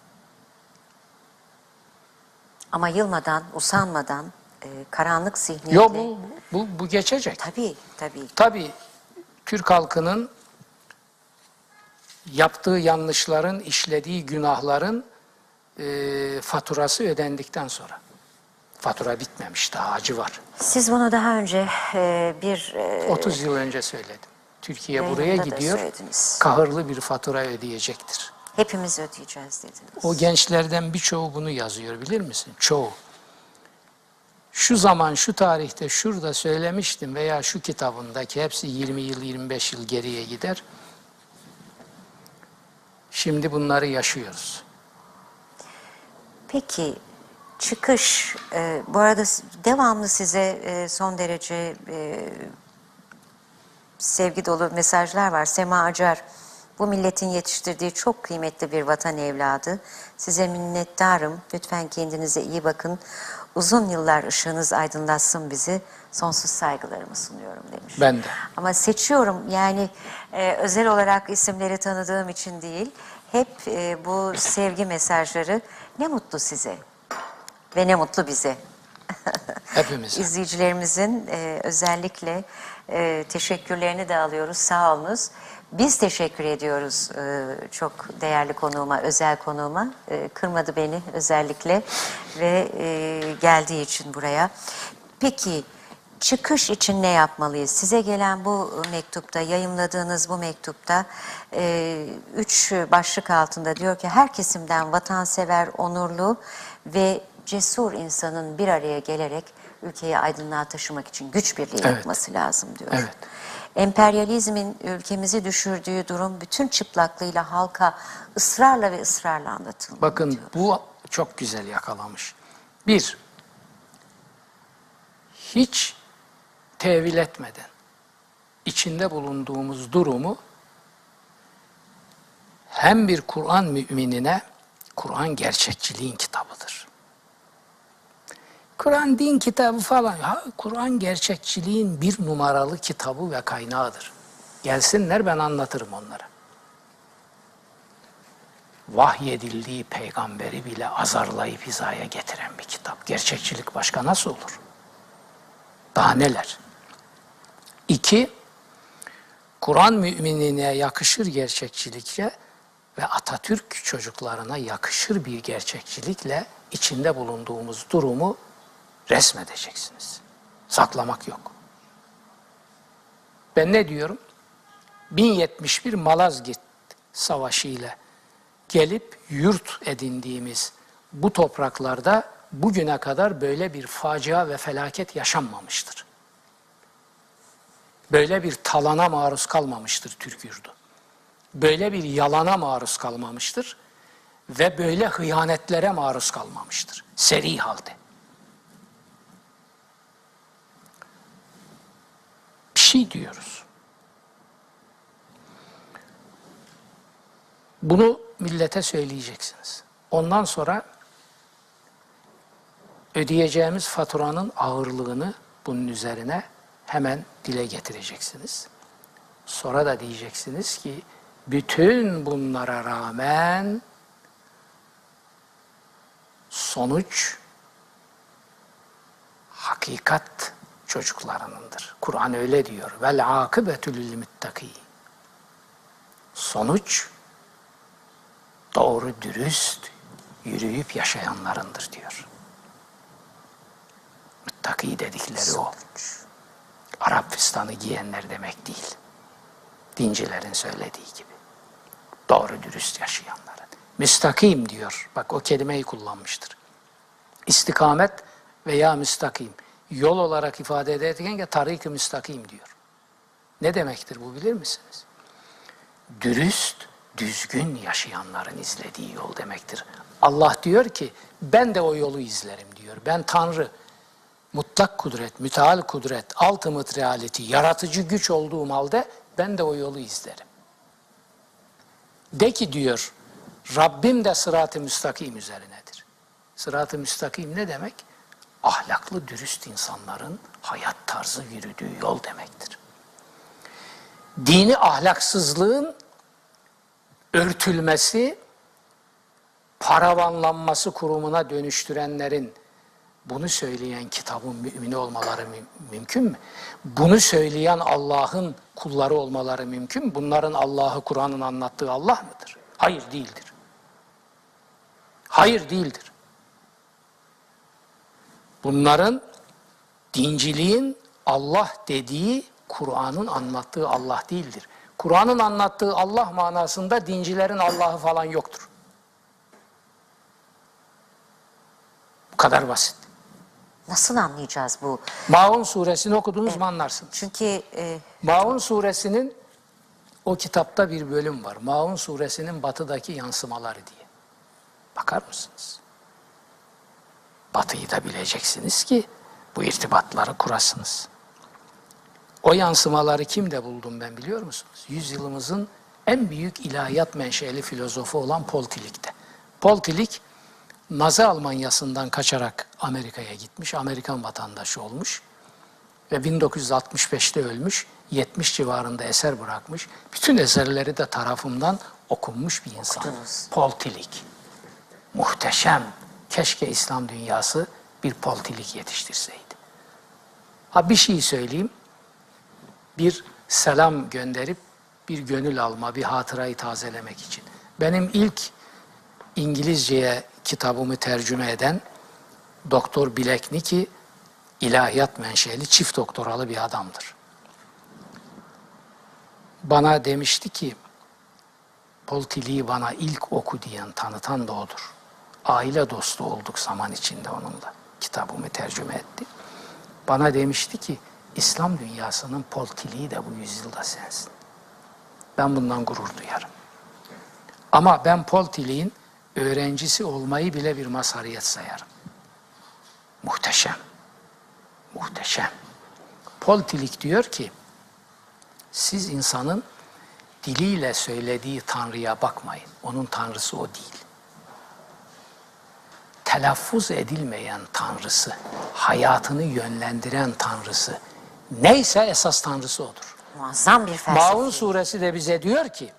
Ama yılmadan, usanmadan, karanlık zihniyetle... Yok bu geçecek. Tabii. Tabii Türk halkının yaptığı yanlışların, işlediği günahların faturası ödendikten sonra. Fatura bitmemiş, daha acı var. Siz bunu daha önce 30 yıl önce söyledim. Türkiye buraya yayında da gidiyor, söylediniz. kahırlı bir fatura ödeyecektir. Hepimiz ödeyeceğiz dediniz. O gençlerden birçoğu bunu yazıyor, bilir misin? Çoğu. şu zaman, şu tarihte, şurada söylemiştim veya şu kitabındaki hepsi 20 yıl, 25 yıl geriye gider. Şimdi bunları yaşıyoruz. Peki çıkış, bu arada devamlı size son derece sevgi dolu mesajlar var. Sema Acar, bu milletin yetiştirdiği çok kıymetli bir vatan evladı. Size minnettarım. Lütfen kendinize iyi bakın. Uzun yıllar ışığınız aydınlatsın bizi. Sonsuz saygılarımı sunuyorum demiş. Ben de. Ama seçiyorum yani özel olarak isimleri tanıdığım için değil. Hep bu sevgi mesajları, ne mutlu size ve ne mutlu bize. Hepimize. İzleyicilerimizin özellikle teşekkürlerini de alıyoruz. Sağ olunuz. Biz teşekkür ediyoruz çok değerli konuğuma, özel konuğuma. Kırmadı beni özellikle ve geldiği için buraya. Peki çıkış için ne yapmalıyız? Size gelen bu mektupta, yayımladığınız bu mektupta 3 başlık altında diyor ki her kesimden vatansever, onurlu ve cesur insanın bir araya gelerek ülkeyi aydınlığa taşımak için güç birliği yapması lazım diyor. Evet. Emperyalizmin ülkemizi düşürdüğü durum bütün çıplaklığıyla halka ısrarla ve ısrarla anlatılıyor. Bakın diyor. bu çok güzel yakalamış. Bir, hiç tevil etmeden içinde bulunduğumuz durumu hem bir Kur'an müminine, Kur'an gerçekçiliğin kitabıdır. Kur'an din kitabı falan. Kur'an gerçekçiliğin bir numaralı kitabı ve kaynağıdır. Gelsinler, ben anlatırım onlara. Vahyedildiği peygamberi bile azarlayıp hizaya getiren bir kitap. Gerçekçilik başka nasıl olur? Daha neler? 2, Kur'an müminine yakışır gerçekçilikle ve Atatürk çocuklarına yakışır bir gerçekçilikle içinde bulunduğumuz durumu resmedeceksiniz. Saklamak yok. Ben ne diyorum? 1071 Malazgirt Savaşı ile gelip yurt edindiğimiz bu topraklarda bugüne kadar böyle bir facia ve felaket yaşanmamıştır. Böyle bir talana maruz kalmamıştır Türk yurdu. Böyle bir yalana maruz kalmamıştır ve böyle hıyanetlere maruz kalmamıştır. Seri halde. Bir şey diyoruz. Bunu millete söyleyeceksiniz. Ondan sonra ödeyeceğimiz faturanın ağırlığını bunun üzerine hemen dile getireceksiniz. Sonra da diyeceksiniz ki bütün bunlara rağmen sonuç hakikat çocuklarınındır. Kur'an öyle diyor. Vel akıbetü lil muttaki. Sonuç doğru dürüst yürüyüp yaşayanlarındır diyor. Muttaki dedikleri o. Arap fistanı giyenler demek değil. Dincilerin söylediği gibi. Doğru dürüst yaşayanların. Müstakim diyor. Bak o kelimeyi kullanmıştır. İstikamet veya müstakim. Yol olarak ifade ederken de tarik-i müstakim diyor. Ne demektir bu bilir misiniz? Dürüst, düzgün yaşayanların izlediği yol demektir. Allah diyor ki ben de o yolu izlerim diyor. Ben Tanrı, mutlak kudret, müteal kudret, ultimate reality, yaratıcı güç olduğum halde ben de o yolu izlerim. De ki diyor, Rabbim de sırat-ı müstakim üzerinedir. Sırat-ı müstakim ne demek? Ahlaklı, dürüst insanların hayat tarzı yürüdüğü yol demektir. Dini ahlaksızlığın örtülmesi, paravanlanması kurumuna dönüştürenlerin bunu söyleyen kitabın mümini olmaları mümkün mü? Bunu söyleyen Allah'ın kulları olmaları mümkün mü? Bunların Allah'ı, Kur'an'ın anlattığı Allah mıdır? Hayır değildir. Hayır değildir. Bunların dinciliğin Allah dediği Kur'an'ın anlattığı Allah değildir. Kur'an'ın anlattığı Allah manasında dincilerin Allah'ı falan yoktur. Bu kadar basit. Nasıl anlayacağız bu? Maun suresini okudunuz mu anlarsınız. Çünkü Maun suresinin o kitapta bir bölüm var. Maun suresinin batıdaki yansımaları diye. Bakar mısınız? Batıyı da bileceksiniz ki bu irtibatları kurasınız. O yansımaları kimde buldum ben biliyor musunuz? Yüzyılımızın en büyük ilahiyat menşeli filozofu olan Paul Tillich'te. Paul Tillich, Nazi Almanyası'ndan kaçarak Amerika'ya gitmiş, Amerikan vatandaşı olmuş ve 1965'te ölmüş, 70 civarında eser bırakmış. Bütün eserleri de tarafımdan okunmuş bir insan. Okudunuz. Paul Tillich. Muhteşem. Keşke İslam dünyası bir Paul Tillich yetiştirseydi. Ha bir şey söyleyeyim. Bir selam gönderip bir gönül alma, bir hatırayı tazelemek için. Benim ilk İngilizceye kitabımı tercüme eden Doktor Bilekniki ilahiyat menşeli çift doktoralı bir adamdır. Bana demişti ki Paul Tillich'i bana ilk oku diyen, tanıtan da odur. Aile dostu olduk zaman içinde onunla. Kitabımı tercüme etti. Bana demişti ki İslam dünyasının Paul Tillich'i de bu yüzyılda sensin. Ben bundan gurur duyarım. Ama ben Paul Tillich'in öğrencisi olmayı bile bir mazhariyet sayarım. Muhteşem. Muhteşem. Paul Tillich diyor ki, siz insanın diliyle söylediği Tanrı'ya bakmayın. Onun Tanrısı o değil. Telaffuz edilmeyen Tanrısı, hayatını yönlendiren Tanrısı, neyse esas Tanrısı odur. muazzam bir felsefe. Maun suresi de bize diyor ki,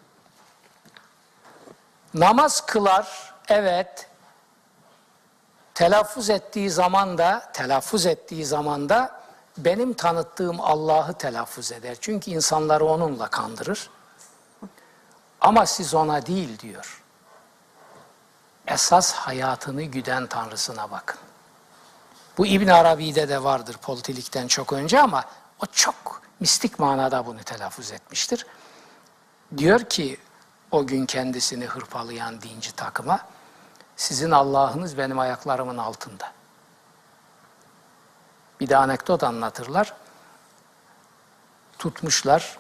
namaz kılar, evet, telaffuz ettiği zaman da benim tanıttığım Allah'ı telaffuz eder. Çünkü insanları onunla kandırır. Ama siz ona değil diyor. Esas hayatını güden Tanrısına bakın. Bu İbn Arabi'de de vardır Paul Tillich'ten çok önce ama o çok mistik manada bunu telaffuz etmiştir. Diyor ki o gün kendisini hırpalayan dinci takıma, sizin Allah'ınız benim ayaklarımın altında. Bir de anekdot anlatırlar. Tutmuşlar,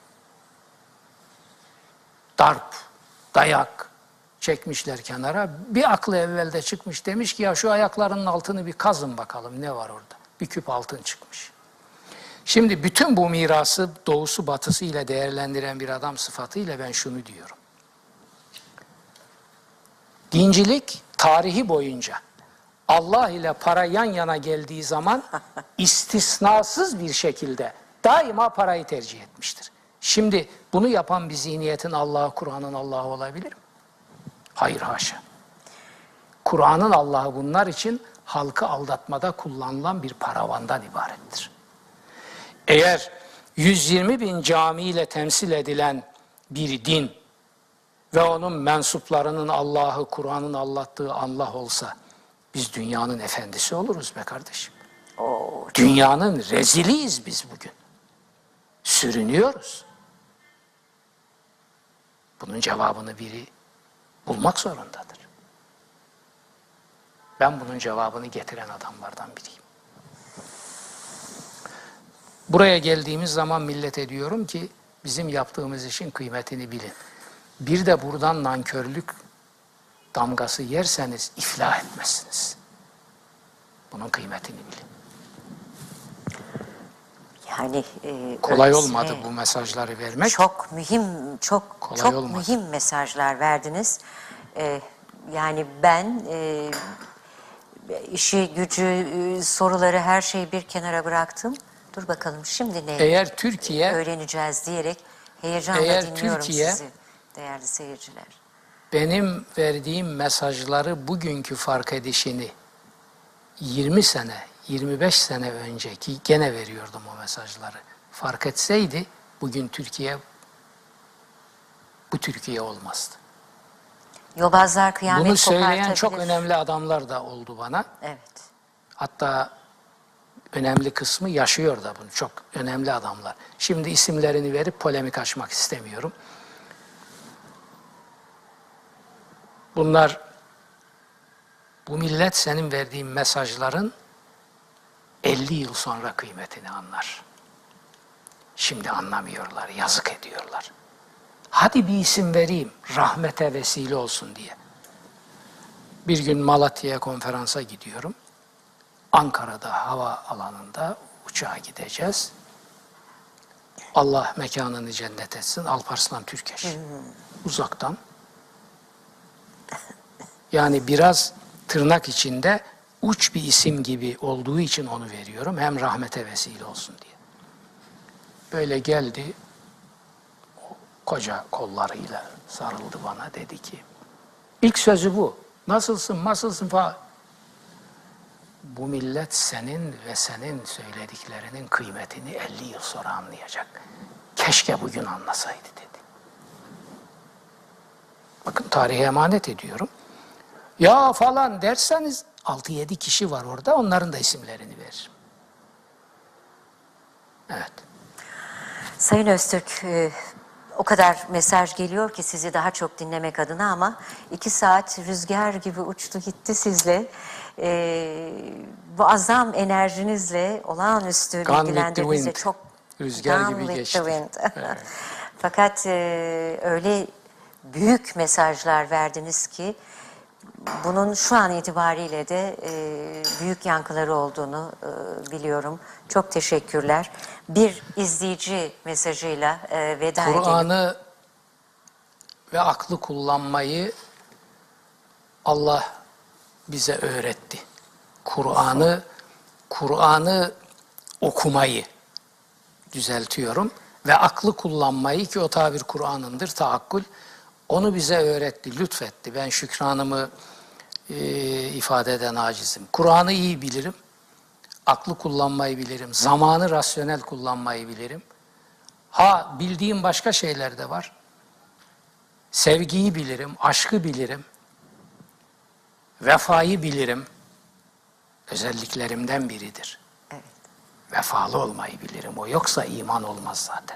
darp, dayak çekmişler kenara. Bir aklı evvelde çıkmış, demiş ki ya şu ayaklarının altını bir kazın bakalım ne var orada. Bir küp altın çıkmış. Şimdi bütün bu mirası doğusu batısı ile değerlendiren bir adam sıfatıyla ben şunu diyorum. Dincilik tarihi boyunca Allah ile para yan yana geldiği zaman istisnasız bir şekilde daima parayı tercih etmiştir. Şimdi bunu yapan bir zihniyetin Allah'ı, Kur'an'ın Allah'ı olabilir mi? Hayır haşa. Kur'an'ın Allah'ı bunlar için halkı aldatmada kullanılan bir paravandan ibarettir. Eğer 120 bin camiyle temsil edilen bir din ve onun mensuplarının Allah'ı, Kur'an'ın anlattığı Allah olsa biz dünyanın efendisi oluruz be kardeşim. Dünyanın reziliyiz biz bugün. Sürünüyoruz. Bunun cevabını biri bulmak zorundadır. Ben bunun cevabını getiren adamlardan biriyim. Buraya geldiğimiz zaman millete diyorum ki bizim yaptığımız işin kıymetini bilin. Bir de buradan nankörlük damgası yerseniz iflah etmezsiniz. Bunun kıymetini bilin. Yani kolay olmadı bu mesajları vermek. Çok mühim, çok Kolay olmadı. mühim mesajlar verdiniz. Yani ben işi, gücü, soruları, her şeyi bir kenara bıraktım. Dur bakalım şimdi ne Eğer Türkiye öğreneceğiz diyerek heyecanla dinliyorum sizi değerli seyirciler. benim verdiğim mesajları bugünkü fark edişini 20 sene, 25 sene önceki gene veriyordum o mesajları. Fark etseydi bugün Türkiye bu Türkiye olmazdı. Yobazlar kıyamet Bunu söyleyen kopartabilir. çok önemli adamlar da oldu bana. Evet. Hatta önemli kısmı yaşıyor da bunu. Çok önemli adamlar. Şimdi isimlerini verip polemik açmak istemiyorum. Bunlar, bu millet senin verdiğin mesajların 50 yıl sonra kıymetini anlar. Şimdi anlamıyorlar, yazık ediyorlar. Hadi bir isim vereyim, rahmete vesile olsun diye. Bir gün Malatya'ya konferansa gidiyorum. Ankara'da hava alanında uçağa gideceğiz. Allah mekanını cennet etsin. Alparslan Türkeş. Uzaktan. Yani biraz tırnak içinde uç bir isim gibi olduğu için onu veriyorum. Hem rahmete vesile olsun diye. Böyle geldi. Koca kollarıyla sarıldı bana, dedi ki, ilk sözü bu. Nasılsın, nasılsın falan. Bu millet senin ve senin söylediklerinin kıymetini 50 yıl sonra anlayacak. Keşke bugün anlasaydı, dedi. Bakın, tarihe emanet ediyorum. Ya falan derseniz 6-7 kişi var orada, onların da isimlerini veririm. Evet. Sayın Öztürk, o kadar mesaj geliyor ki sizi daha çok dinlemek adına, ama 2 saat rüzgar gibi uçtu gitti sizle. Muazzam enerjinizle, olağanüstü Gone with the bilgilendirmenizle wind. çok Rüzgar Gone gibi with geçti. the wind. Evet. Fakat öyle büyük mesajlar verdiniz ki bunun şu an itibariyle de büyük yankıları olduğunu biliyorum. Çok teşekkürler. Bir izleyici mesajıyla veda edelim. Kur'an'ı ve aklı kullanmayı Allah bize öğretti. Kur'an'ı okumayı düzeltiyorum ve aklı kullanmayı, ki o tabir Kur'an'ındır, taakkul, onu bize öğretti, lütfetti. Ben şükranımı ifade eden acizim. Kur'an'ı iyi bilirim, aklı kullanmayı bilirim, zamanı rasyonel kullanmayı bilirim. Ha, bildiğim başka şeyler de var. Sevgiyi bilirim, aşkı bilirim, vefayı bilirim. Özelliklerimden biridir. Evet. Vefalı olmayı bilirim. O yoksa iman olmaz zaten.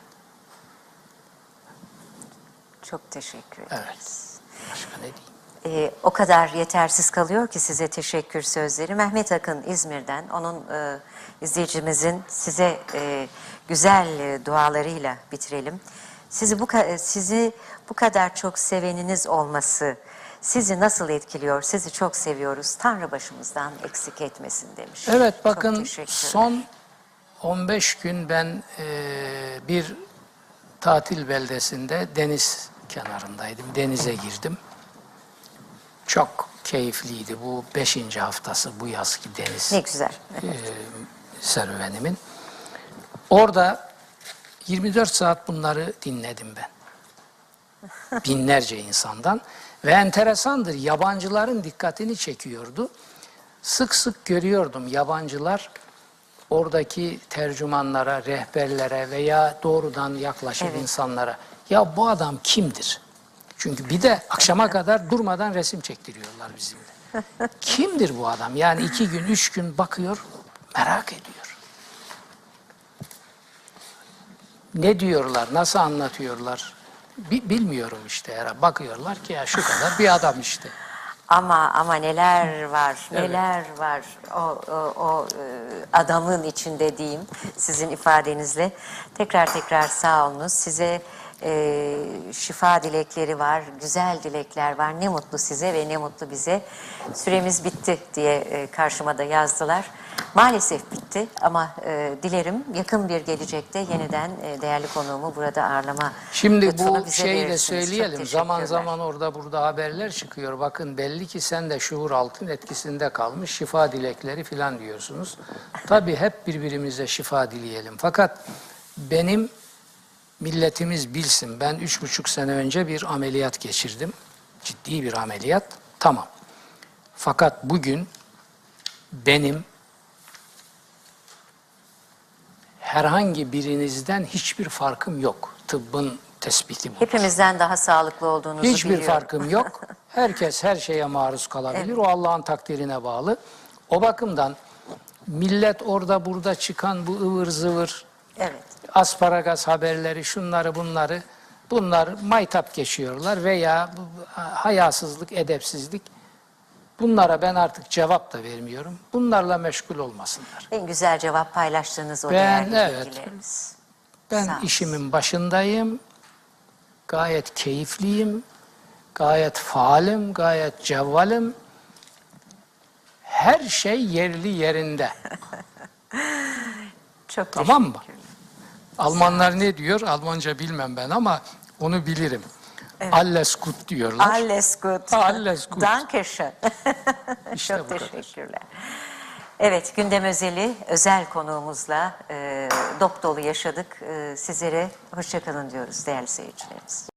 Çok teşekkür ederiz. Evet. Başka ne diyeyim? O kadar yetersiz kalıyor ki size teşekkür sözleri. Mehmet Akın İzmir'den, onun izleyicimizin size güzel dualarıyla bitirelim. Sizi bu kadar çok seveniniz olması sizi nasıl etkiliyor? Sizi çok seviyoruz. Tanrı başımızdan eksik etmesin, demiş. Evet, Çok bakın, teşekkürler. son 15 gün ben bir tatil beldesinde deniz kenarındaydım. Denize girdim. Çok keyifliydi. Bu 5. haftası bu yazki deniz Ne güzel. serüvenimin. Orada 24 saat bunları dinledim ben. Binlerce insandan. Ve enteresandır, yabancıların dikkatini çekiyordu. Sık sık görüyordum yabancılar oradaki tercümanlara, rehberlere veya doğrudan yaklaşıp Evet. insanlara, ya bu adam kimdir? Çünkü bir de akşama kadar durmadan resim çektiriyorlar bizimle. Kimdir bu adam? Yani 2 gün, 3 gün bakıyor, merak ediyor. Ne diyorlar, nasıl anlatıyorlar? Bilmiyorum işte. Herhalde. Bakıyorlar ki ya şu kadar bir adam işte. Ama neler var, Evet. neler var o adamın içinde diyeyim, sizin ifadenizle. Tekrar sağ olunuz. Size şifa dilekleri var, güzel dilekler var. Ne mutlu size ve ne mutlu bize. Süremiz bitti diye karşıma da yazdılar. Maalesef bitti ama dilerim yakın bir gelecekte yeniden değerli konuğumu burada ağırlama Şimdi lütfunu bu bize şeyi de verirsiniz. Çok söyleyelim. Zaman teşekkürler. zaman orada burada haberler çıkıyor. Bakın, belli ki sen de şuur altın etkisinde kalmış, şifa dilekleri filan diyorsunuz. Tabii hep birbirimize şifa dileyelim. Fakat benim, milletimiz bilsin, ben 3,5 sene önce bir ameliyat geçirdim. Ciddi bir ameliyat. Tamam. Fakat bugün benim herhangi birinizden hiçbir farkım yok. Tıbbın tespiti bu. Hepimizden daha sağlıklı olduğunuzu Hiçbir biliyorum. farkım yok. Herkes her şeye maruz kalabilir. Evet. O Allah'ın takdirine bağlı. O bakımdan millet orada burada çıkan bu ıvır zıvır, Evet. asparagas haberleri, şunları bunları, bunlar maytap geçiyorlar veya hayasızlık, edepsizlik. Bunlara ben artık cevap da vermiyorum. Bunlarla meşgul olmasınlar. En güzel cevap paylaştığınız o Ben, değerli evet, bilgilerimiz. Ben Sağ olun. işimin başındayım. Gayet keyifliyim. Gayet faalim, gayet cevvalim. Her şey yerli yerinde. Çok Tamam mı? teşekkürler. Almanlar ne diyor? Almanca bilmem ben ama onu bilirim. Alles gut diyorlar. Alles gut. Alles gut. Dankeschön. İşte Çok bu kadar. teşekkürler. Evet, gündem özeli özel konuğumuzla dop dolu yaşadık. Sizlere hoşça kalın diyoruz değerli seyircilerimiz.